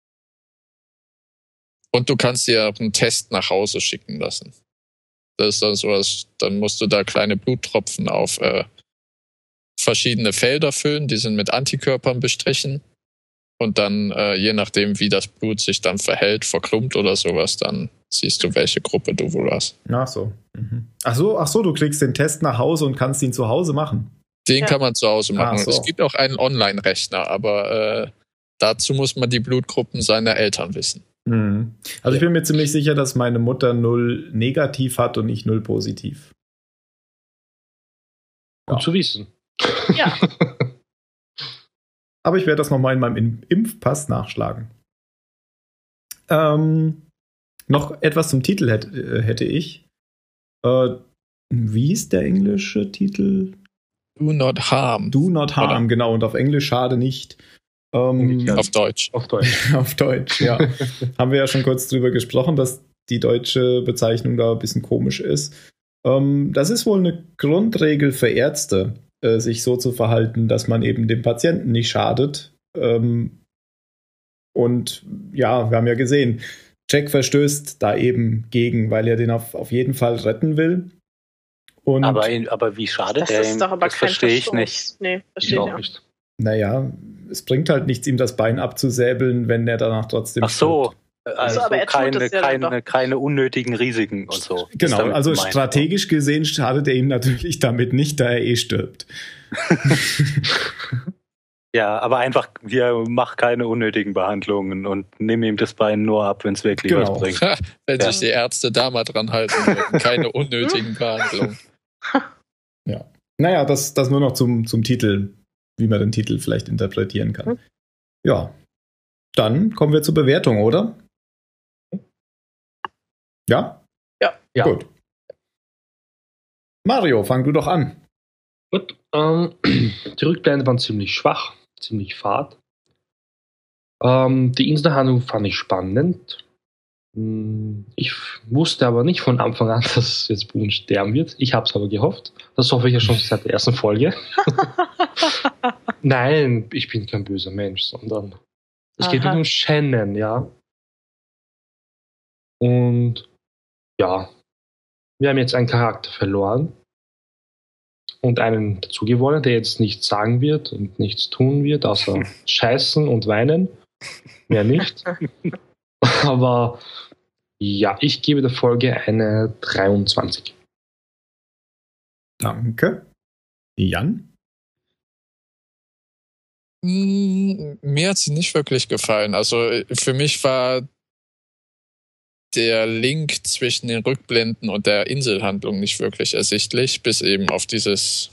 Und du kannst dir auch einen Test nach Hause schicken lassen. Das ist dann sowas, dann musst du da kleine Bluttropfen auf äh, verschiedene Felder füllen, die sind mit Antikörpern bestrichen. Und dann, äh, je nachdem, wie das Blut sich dann verhält, verklumpt oder sowas, dann siehst du, welche Gruppe du wohl hast. Ach so. Mhm. Ach so, ach so, du kriegst den Test nach Hause und kannst ihn zu Hause machen. Den Ja. kann man zu Hause machen. Ach so. Es gibt auch einen Online-Rechner, aber äh, dazu muss man die Blutgruppen seiner Eltern wissen. Mhm. Also ich bin mir ziemlich sicher, dass meine Mutter null negativ hat und ich null positiv. Gut zu wissen. Ja, Aber ich werde das nochmal in meinem Im- Impfpass nachschlagen. Ähm, noch etwas zum Titel hätte, äh, hätte ich. Äh, wie ist der englische Titel? Do not harm. Do not harm, genau. Und auf Englisch schade nicht. Ähm, Umgekehrt. Auf Deutsch. Auf Deutsch. auf Deutsch, ja. Haben wir ja schon kurz drüber gesprochen, dass die deutsche Bezeichnung da ein bisschen komisch ist. Ähm, das ist wohl eine Grundregel für Ärzte, äh, sich so zu verhalten, dass man eben dem Patienten nicht schadet. Ähm, und ja, wir haben ja gesehen, Jack verstößt da eben gegen, weil er den auf, auf jeden Fall retten will. Und Aber, ihn- aber wie schadet das er ihm? ist doch aber Das kein verstehe ich Verstoß. nicht. Nee, Ich verstehe ich auch auch. nicht. naja, es bringt halt nichts, ihm das Bein abzusäbeln, wenn er danach trotzdem Ach so, stirbt. also aber er tut keine, es ja dann keine, keine unnötigen Risiken und so. Ist Genau, damit also gemeint. strategisch gesehen schadet er ihm natürlich damit nicht, da er eh stirbt. Ja, aber einfach, wir mach keine unnötigen Behandlungen und nimm ihm das Bein nur ab, wenn es wirklich Genau. was bringt. Wenn Ja. sich die Ärzte da mal dran halten würden. Keine unnötigen Behandlungen. Naja, das, das nur noch zum, zum Titel, wie man den Titel vielleicht interpretieren kann. Hm. Ja, dann kommen wir zur Bewertung, oder? Ja? Ja. Gut. Mario, fang du doch an. Gut. Ähm, die Rückblenden waren ziemlich schwach, ziemlich fad. Ähm, die Inselhandlung fand ich spannend. Ich wusste aber nicht von Anfang an, dass jetzt Boone sterben wird. Ich habe es aber gehofft. Das hoffe ich ja schon seit der ersten Folge. Nein, ich bin kein böser Mensch, sondern es Aha. geht um Shannon, ja. Und ja, wir haben jetzt einen Charakter verloren und einen dazugewonnen, der jetzt nichts sagen wird und nichts tun wird, außer scheißen und weinen. Mehr nicht. Aber ja, ich gebe der Folge eine dreiundzwanzig. Danke. Jan? Mir hat sie nicht wirklich gefallen. Also für mich war der Link zwischen den Rückblenden und der Inselhandlung nicht wirklich ersichtlich, bis eben auf dieses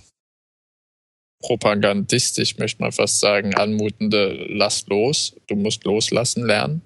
propagandistisch, möchte man fast sagen, anmutende Lass los, du musst loslassen lernen.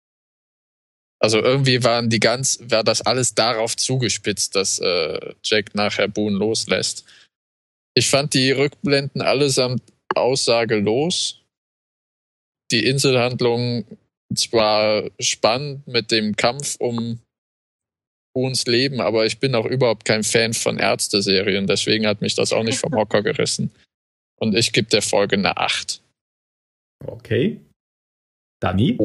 Also irgendwie waren die ganz, war das alles darauf zugespitzt, dass äh, Jack nachher Boone loslässt. Ich fand die Rückblenden allesamt aussagelos. Die Inselhandlung zwar spannend mit dem Kampf um Boones Leben, aber ich bin auch überhaupt kein Fan von Ärzte-Serien, deswegen hat mich das auch nicht vom Hocker gerissen. Und ich gebe der Folge eine acht. Okay. Dani?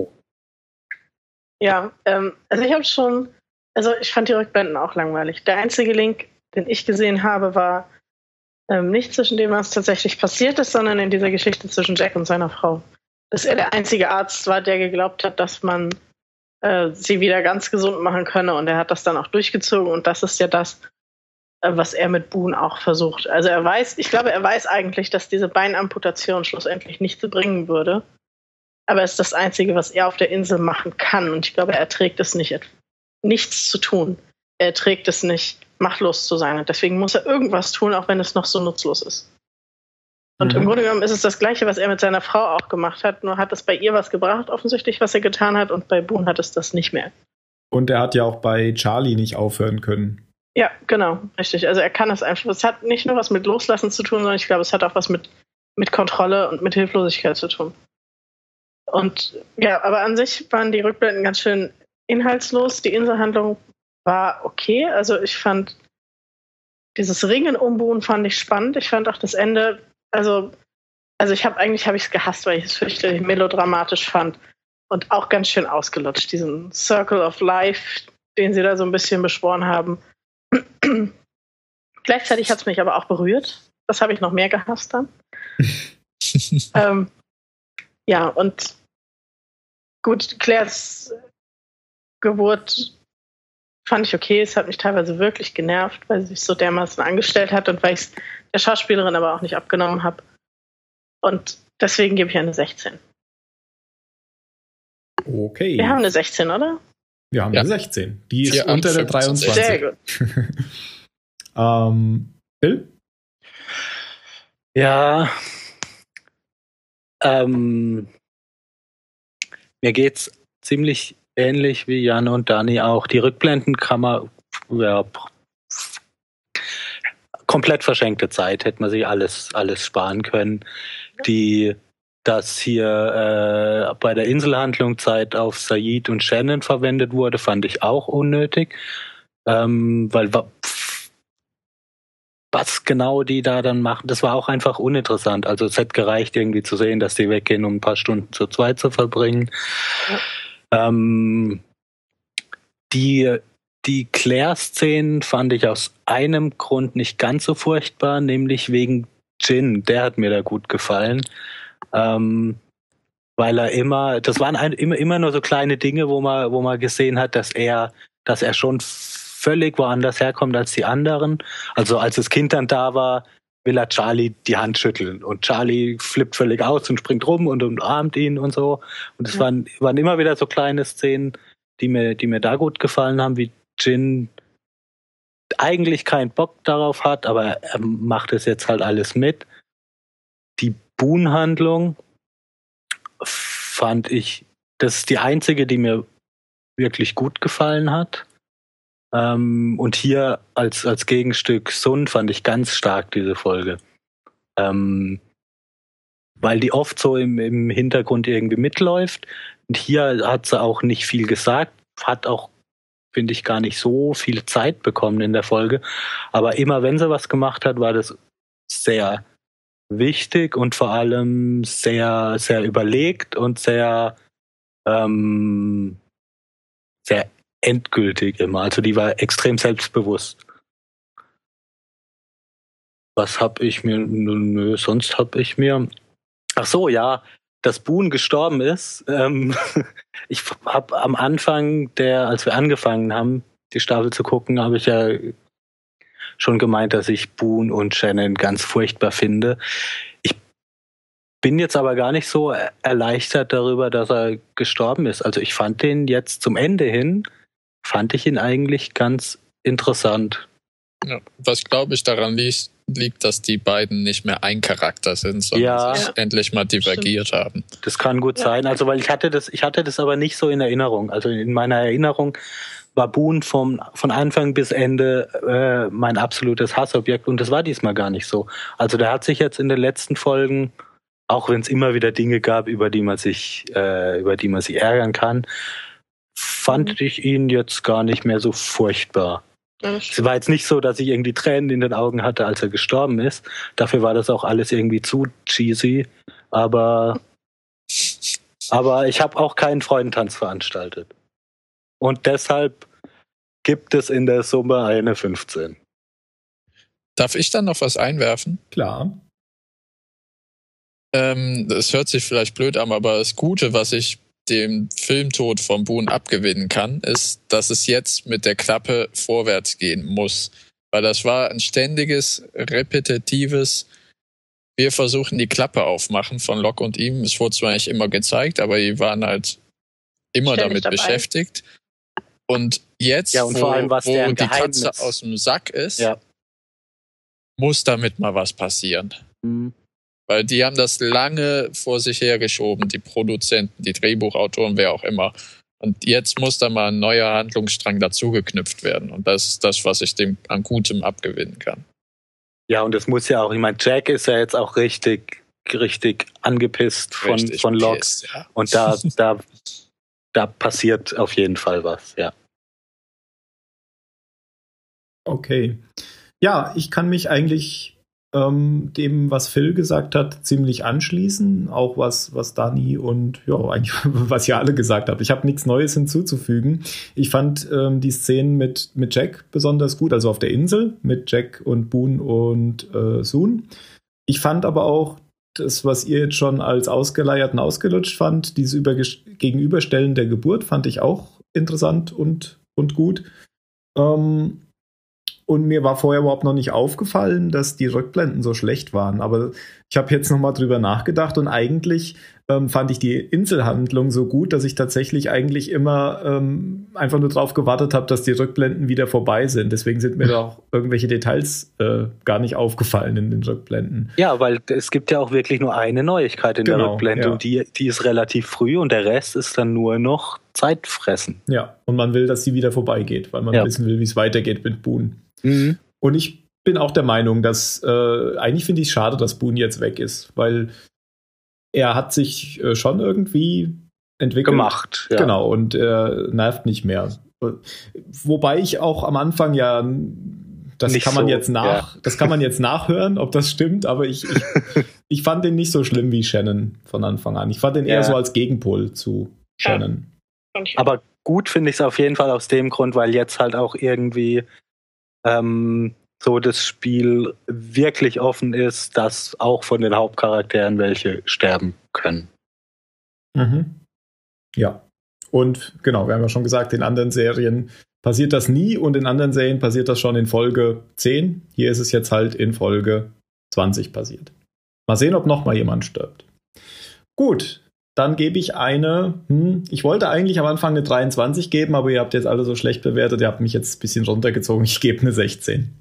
Ja, ähm, also ich habe schon, also ich fand die Rückblenden auch langweilig. Der einzige Link, den ich gesehen habe, war ähm, nicht zwischen dem, was tatsächlich passiert ist, sondern in dieser Geschichte zwischen Jack und seiner Frau. Dass er der einzige Arzt war, der geglaubt hat, dass man äh, sie wieder ganz gesund machen könne, und er hat das dann auch durchgezogen, und das ist ja das, äh, was er mit Boone auch versucht. Also er weiß, ich glaube, er weiß eigentlich, dass diese Beinamputation schlussendlich nichts bringen würde, aber es ist das Einzige, was er auf der Insel machen kann, und ich glaube, er erträgt es nicht, nichts zu tun. Er erträgt es nicht, machtlos zu sein, und deswegen muss er irgendwas tun, auch wenn es noch so nutzlos ist. Und mhm. im Grunde genommen ist es das Gleiche, was er mit seiner Frau auch gemacht hat, nur hat es bei ihr was gebracht, offensichtlich, was er getan hat, und bei Boone hat es das nicht mehr. Und er hat ja auch bei Charlie nicht aufhören können. Ja, genau, richtig. Also er kann es einfach. Es hat nicht nur was mit Loslassen zu tun, sondern ich glaube, es hat auch was mit, mit Kontrolle und mit Hilflosigkeit zu tun. Und ja, aber an sich waren die Rückblenden ganz schön inhaltslos. Die Inselhandlung war okay. Also ich fand dieses Ringen um Boone fand ich spannend. Ich fand auch das Ende, also, also ich habe eigentlich habe ich es gehasst, weil ich es fürchterlich melodramatisch fand und auch ganz schön ausgelutscht. Diesen Circle of Life, den sie da so ein bisschen beschworen haben. Gleichzeitig hat es mich aber auch berührt. Das habe ich noch mehr gehasst dann. ähm, ja, und gut, Claires Geburt fand ich okay. Es hat mich teilweise wirklich genervt, weil sie sich so dermaßen angestellt hat und weil ich es der Schauspielerin aber auch nicht abgenommen habe. Und deswegen gebe ich eine sechzehn. Okay. Wir haben eine sechzehn, oder? Wir haben ja. eine sechzehn. Die ist Vier, unter der dreiundzwanzig. Sehr gut. ähm, Bill? Ja. Ähm, mir geht's ziemlich ähnlich wie Jan und Dani auch. Die Rückblenden kann man, ja, komplett verschenkte Zeit, hätte man sich alles, alles sparen können. Die, dass hier äh, bei der Inselhandlung Zeit auf Sayid und Shannon verwendet wurde, fand ich auch unnötig. Ähm, weil was genau die da dann machen, das war auch einfach uninteressant. Also es hätte gereicht, irgendwie zu sehen, dass die weggehen, um ein paar Stunden zu zweit zu verbringen. Ja. Ähm, die die Claire-Szenen fand ich aus einem Grund nicht ganz so furchtbar, nämlich wegen Jin. Der hat mir da gut gefallen. Ähm, weil er immer, das waren ein, immer, immer nur so kleine Dinge, wo man, wo man gesehen hat, dass er, dass er schon völlig woanders herkommt als die anderen. Also als das Kind dann da war, will er Charlie die Hand schütteln und Charlie flippt völlig aus und springt rum und umarmt ihn und so. Und es ja. waren, waren immer wieder so kleine Szenen, die mir, die mir da gut gefallen haben, wie Jin eigentlich keinen Bock darauf hat, aber er macht es jetzt halt alles mit. Die Boone-Handlung fand ich, das ist die einzige, die mir wirklich gut gefallen hat. Ähm, und hier als, als Gegenstück Sun fand ich ganz stark diese Folge. Ähm, weil die oft so im, im Hintergrund irgendwie mitläuft. Und hier hat sie auch nicht viel gesagt, hat auch, finde ich, gar nicht so viel Zeit bekommen in der Folge. Aber immer wenn sie was gemacht hat, war das sehr wichtig und vor allem sehr, sehr überlegt und sehr, ähm, sehr endgültig immer. Also die war extrem selbstbewusst. Was hab ich mir, nö, sonst hab ich mir, ach so, ja, dass Boone gestorben ist. Ähm, ich habe am Anfang der, als wir angefangen haben, die Staffel zu gucken, habe ich ja schon gemeint, dass ich Boone und Shannon ganz furchtbar finde. Ich bin jetzt aber gar nicht so erleichtert darüber, dass er gestorben ist. Also ich fand den jetzt zum Ende hin, fand ich ihn eigentlich ganz interessant. Ja, was glaube ich daran liegt, liegt, dass die beiden nicht mehr ein Charakter sind, sondern Ja. sich endlich mal divergiert Stimmt. haben. Das kann gut Ja. sein. Also, weil ich hatte das, ich hatte das aber nicht so in Erinnerung. Also in meiner Erinnerung war Boone vom, von Anfang bis Ende äh, mein absolutes Hassobjekt und das war diesmal gar nicht so. Also der hat sich jetzt in den letzten Folgen, auch wenn es immer wieder Dinge gab, über die man sich, äh, über die man sich ärgern kann, fand Mhm. ich ihn jetzt gar nicht mehr so furchtbar. Ja, das Es war jetzt nicht so, dass ich irgendwie Tränen in den Augen hatte, als er gestorben ist. Dafür war das auch alles irgendwie zu cheesy. Aber, aber ich habe auch keinen Freudentanz veranstaltet. Und deshalb gibt es in der Summe eine fünfzehn. Darf ich dann noch was einwerfen? Klar. Ähm, das hört sich vielleicht blöd an, aber das Gute, was ich dem Filmtod von Boone abgewinnen kann, ist, dass es jetzt mit der Klappe vorwärts gehen muss. Weil das war ein ständiges, repetitives, wir versuchen die Klappe aufmachen von Locke und ihm. Es wurde zwar nicht immer gezeigt, aber die waren halt immer Ständig damit dabei. beschäftigt. Und jetzt, Ja, und wo, vor allem, was wo deren die Geheimnis- Katze aus dem Sack ist, Ja. muss damit mal was passieren. Mhm. Weil die haben das lange vor sich hergeschoben, die Produzenten, die Drehbuchautoren, wer auch immer. Und jetzt muss da mal ein neuer Handlungsstrang dazugeknüpft werden. Und das ist das, was ich dem an Gutem abgewinnen kann. Ja, und es muss ja auch, ich meine, Jack ist ja jetzt auch richtig, richtig angepisst von, Richtig von Locke. pissed, ja. Und da, da, da passiert auf jeden Fall was, ja. Okay. Ja, ich kann mich eigentlich ähm, dem, was Phil gesagt hat, ziemlich anschließen. Auch was, was Dani und ja, eigentlich, was ihr alle gesagt habt. Ich habe nichts Neues hinzuzufügen. Ich fand ähm, die Szenen mit, mit Jack besonders gut, also auf der Insel mit Jack und Boone und äh, Soon. Ich fand aber auch das, was ihr jetzt schon als ausgeleiert und ausgelutscht fand, dieses Über- Gegenüberstellen der Geburt, fand ich auch interessant und, und gut. Ähm, Und mir war vorher überhaupt noch nicht aufgefallen, dass die Rückblenden so schlecht waren. Aber ich habe jetzt nochmal drüber nachgedacht und eigentlich ähm, fand ich die Inselhandlung so gut, dass ich tatsächlich eigentlich immer ähm, einfach nur drauf gewartet habe, dass die Rückblenden wieder vorbei sind. Deswegen sind mir da auch irgendwelche Details äh, gar nicht aufgefallen in den Rückblenden. Ja, weil es gibt ja auch wirklich nur eine Neuigkeit in der Genau, Rückblende ja. und die, die ist relativ früh und der Rest ist dann nur noch Zeitfressen. Ja, und man will, dass sie wieder vorbeigeht, weil man Ja. wissen will, wie es weitergeht mit Boone. Mhm. Und ich bin auch der Meinung, dass äh, eigentlich finde ich es schade, dass Boone jetzt weg ist, weil er hat sich äh, schon irgendwie entwickelt. Gemacht. Ja. Genau, und er nervt nicht mehr. Wobei ich auch am Anfang ja, das Nicht kann man so, jetzt nach, das kann man jetzt nachhören, ob das stimmt, aber ich, ich, ich fand den nicht so schlimm wie Shannon von Anfang an. Ich fand den Ja. eher so als Gegenpol zu Shannon. fand ich Aber gut finde ich es auf jeden Fall aus dem Grund, weil jetzt halt auch irgendwie ähm, so das Spiel wirklich offen ist, dass auch von den Hauptcharakteren welche sterben können. Mhm. Ja. Und genau, wir haben ja schon gesagt, in anderen Serien passiert das nie und in anderen Serien passiert das schon in Folge zehn. Hier ist es jetzt halt in Folge zwanzig passiert. Mal sehen, ob noch mal jemand stirbt. Gut, dann gebe ich eine, hm, ich wollte eigentlich am Anfang eine dreiundzwanzig geben, aber ihr habt jetzt alle so schlecht bewertet, ihr habt mich jetzt ein bisschen runtergezogen, ich gebe eine sechzehn.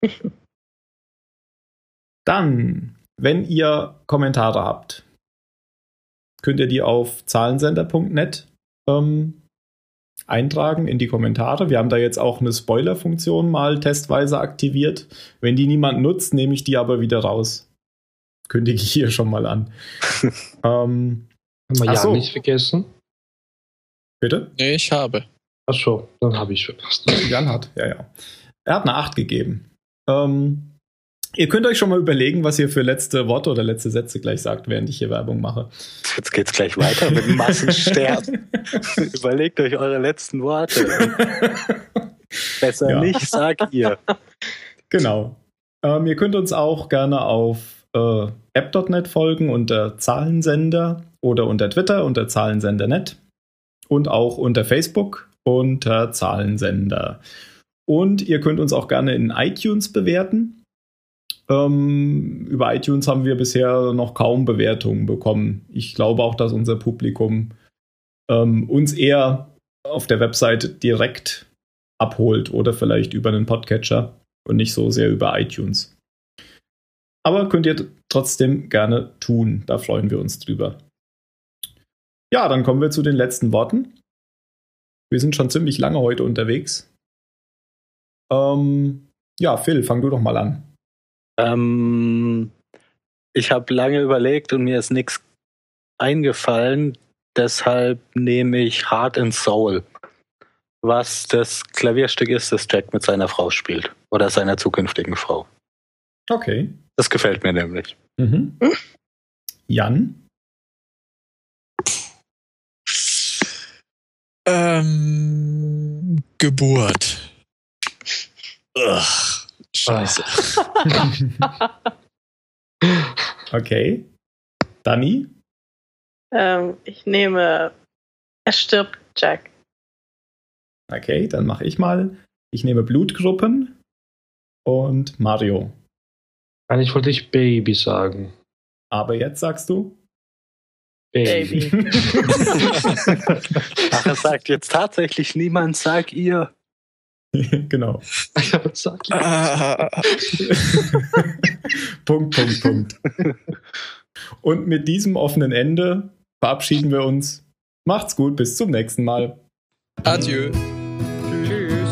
Dann, wenn ihr Kommentare habt, könnt ihr die auf zahlensender punkt net ähm, eintragen in die Kommentare. Wir haben da jetzt auch eine Spoiler-Funktion mal testweise aktiviert. Wenn die niemand nutzt, nehme ich die aber wieder raus. Kündige ich hier schon mal an. ähm, Haben wir Ach ja so. nicht vergessen. bitte? Nee, ich habe. Ach so, dann habe ich verpasst. Jan hat, ja, ja. Er hat eine acht gegeben. Ähm, ihr könnt euch schon mal überlegen, was ihr für letzte Worte oder letzte Sätze gleich sagt, während ich hier Werbung mache. Jetzt geht's gleich weiter mit Massensterben. Überlegt euch eure letzten Worte. Besser Ja. nicht, sagt ihr. Genau. Ähm, ihr könnt uns auch gerne auf äh, app Punkt net folgen unter Zahlensender oder unter Twitter unter Zahlensender Punkt net und auch unter Facebook unter Zahlensender. Und ihr könnt uns auch gerne in iTunes bewerten. Ähm, über iTunes haben wir bisher noch kaum Bewertungen bekommen. Ich glaube auch, dass unser Publikum ähm, uns eher auf der Webseite direkt abholt oder vielleicht über einen Podcatcher und nicht so sehr über iTunes. Aber könnt ihr trotzdem gerne tun. Da freuen wir uns drüber. Ja, dann kommen wir zu den letzten Worten. Wir sind schon ziemlich lange heute unterwegs. Ähm, ja, Phil, fang du doch mal an. Ähm, ich habe lange überlegt und mir ist nichts eingefallen. Deshalb nehme ich Heart and Soul, was das Klavierstück ist, das Jack mit seiner Frau spielt. Oder seiner zukünftigen Frau. Okay. Das gefällt mir nämlich. Mhm. Jan? Ähm, Geburt. Ugh, scheiße. Okay. Dani? Ähm, ich nehme Er stirbt, Jack. Okay, dann mache ich mal. Ich nehme Blutgruppen und Mario. Eigentlich wollte ich Baby sagen. Aber jetzt sagst du? Baby. Baby. Ach, er sagt jetzt tatsächlich niemand, sag ihr. Genau. Ja, was sag ich? Ah, Punkt, Punkt, Punkt. Und mit diesem offenen Ende verabschieden wir uns. Macht's gut, bis zum nächsten Mal. adieu. Tschüss.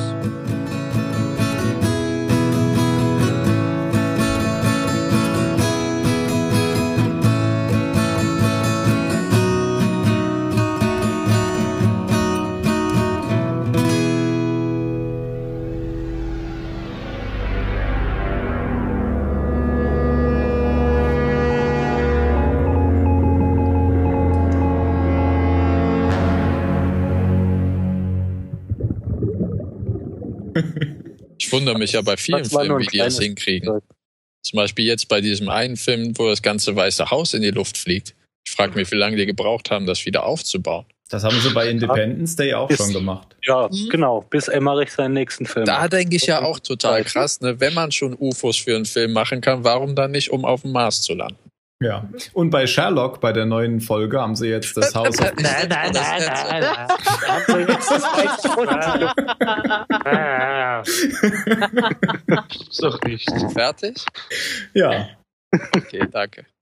Ich wundere mich ja bei vielen Das war nur Filmen, ein wie die das kleines- hinkriegen. Zum Beispiel jetzt bei diesem einen Film, wo das ganze Weiße Haus in die Luft fliegt. Ich frage mich, wie lange die gebraucht haben, das wieder aufzubauen. Das haben sie bei Independence Day auch Ist- schon gemacht. Ja, Mhm. genau, bis Emmerich seinen nächsten Film Da macht. denke ich ja auch total krass, ne? Wenn man schon U F Os für einen Film machen kann, warum dann nicht, um auf dem Mars zu landen? Ja. Und bei Sherlock, bei der neuen Folge, haben sie jetzt das Haus auf Nein, nein, nein, nein. Ist doch nicht. Fertig? Ja. Okay, danke.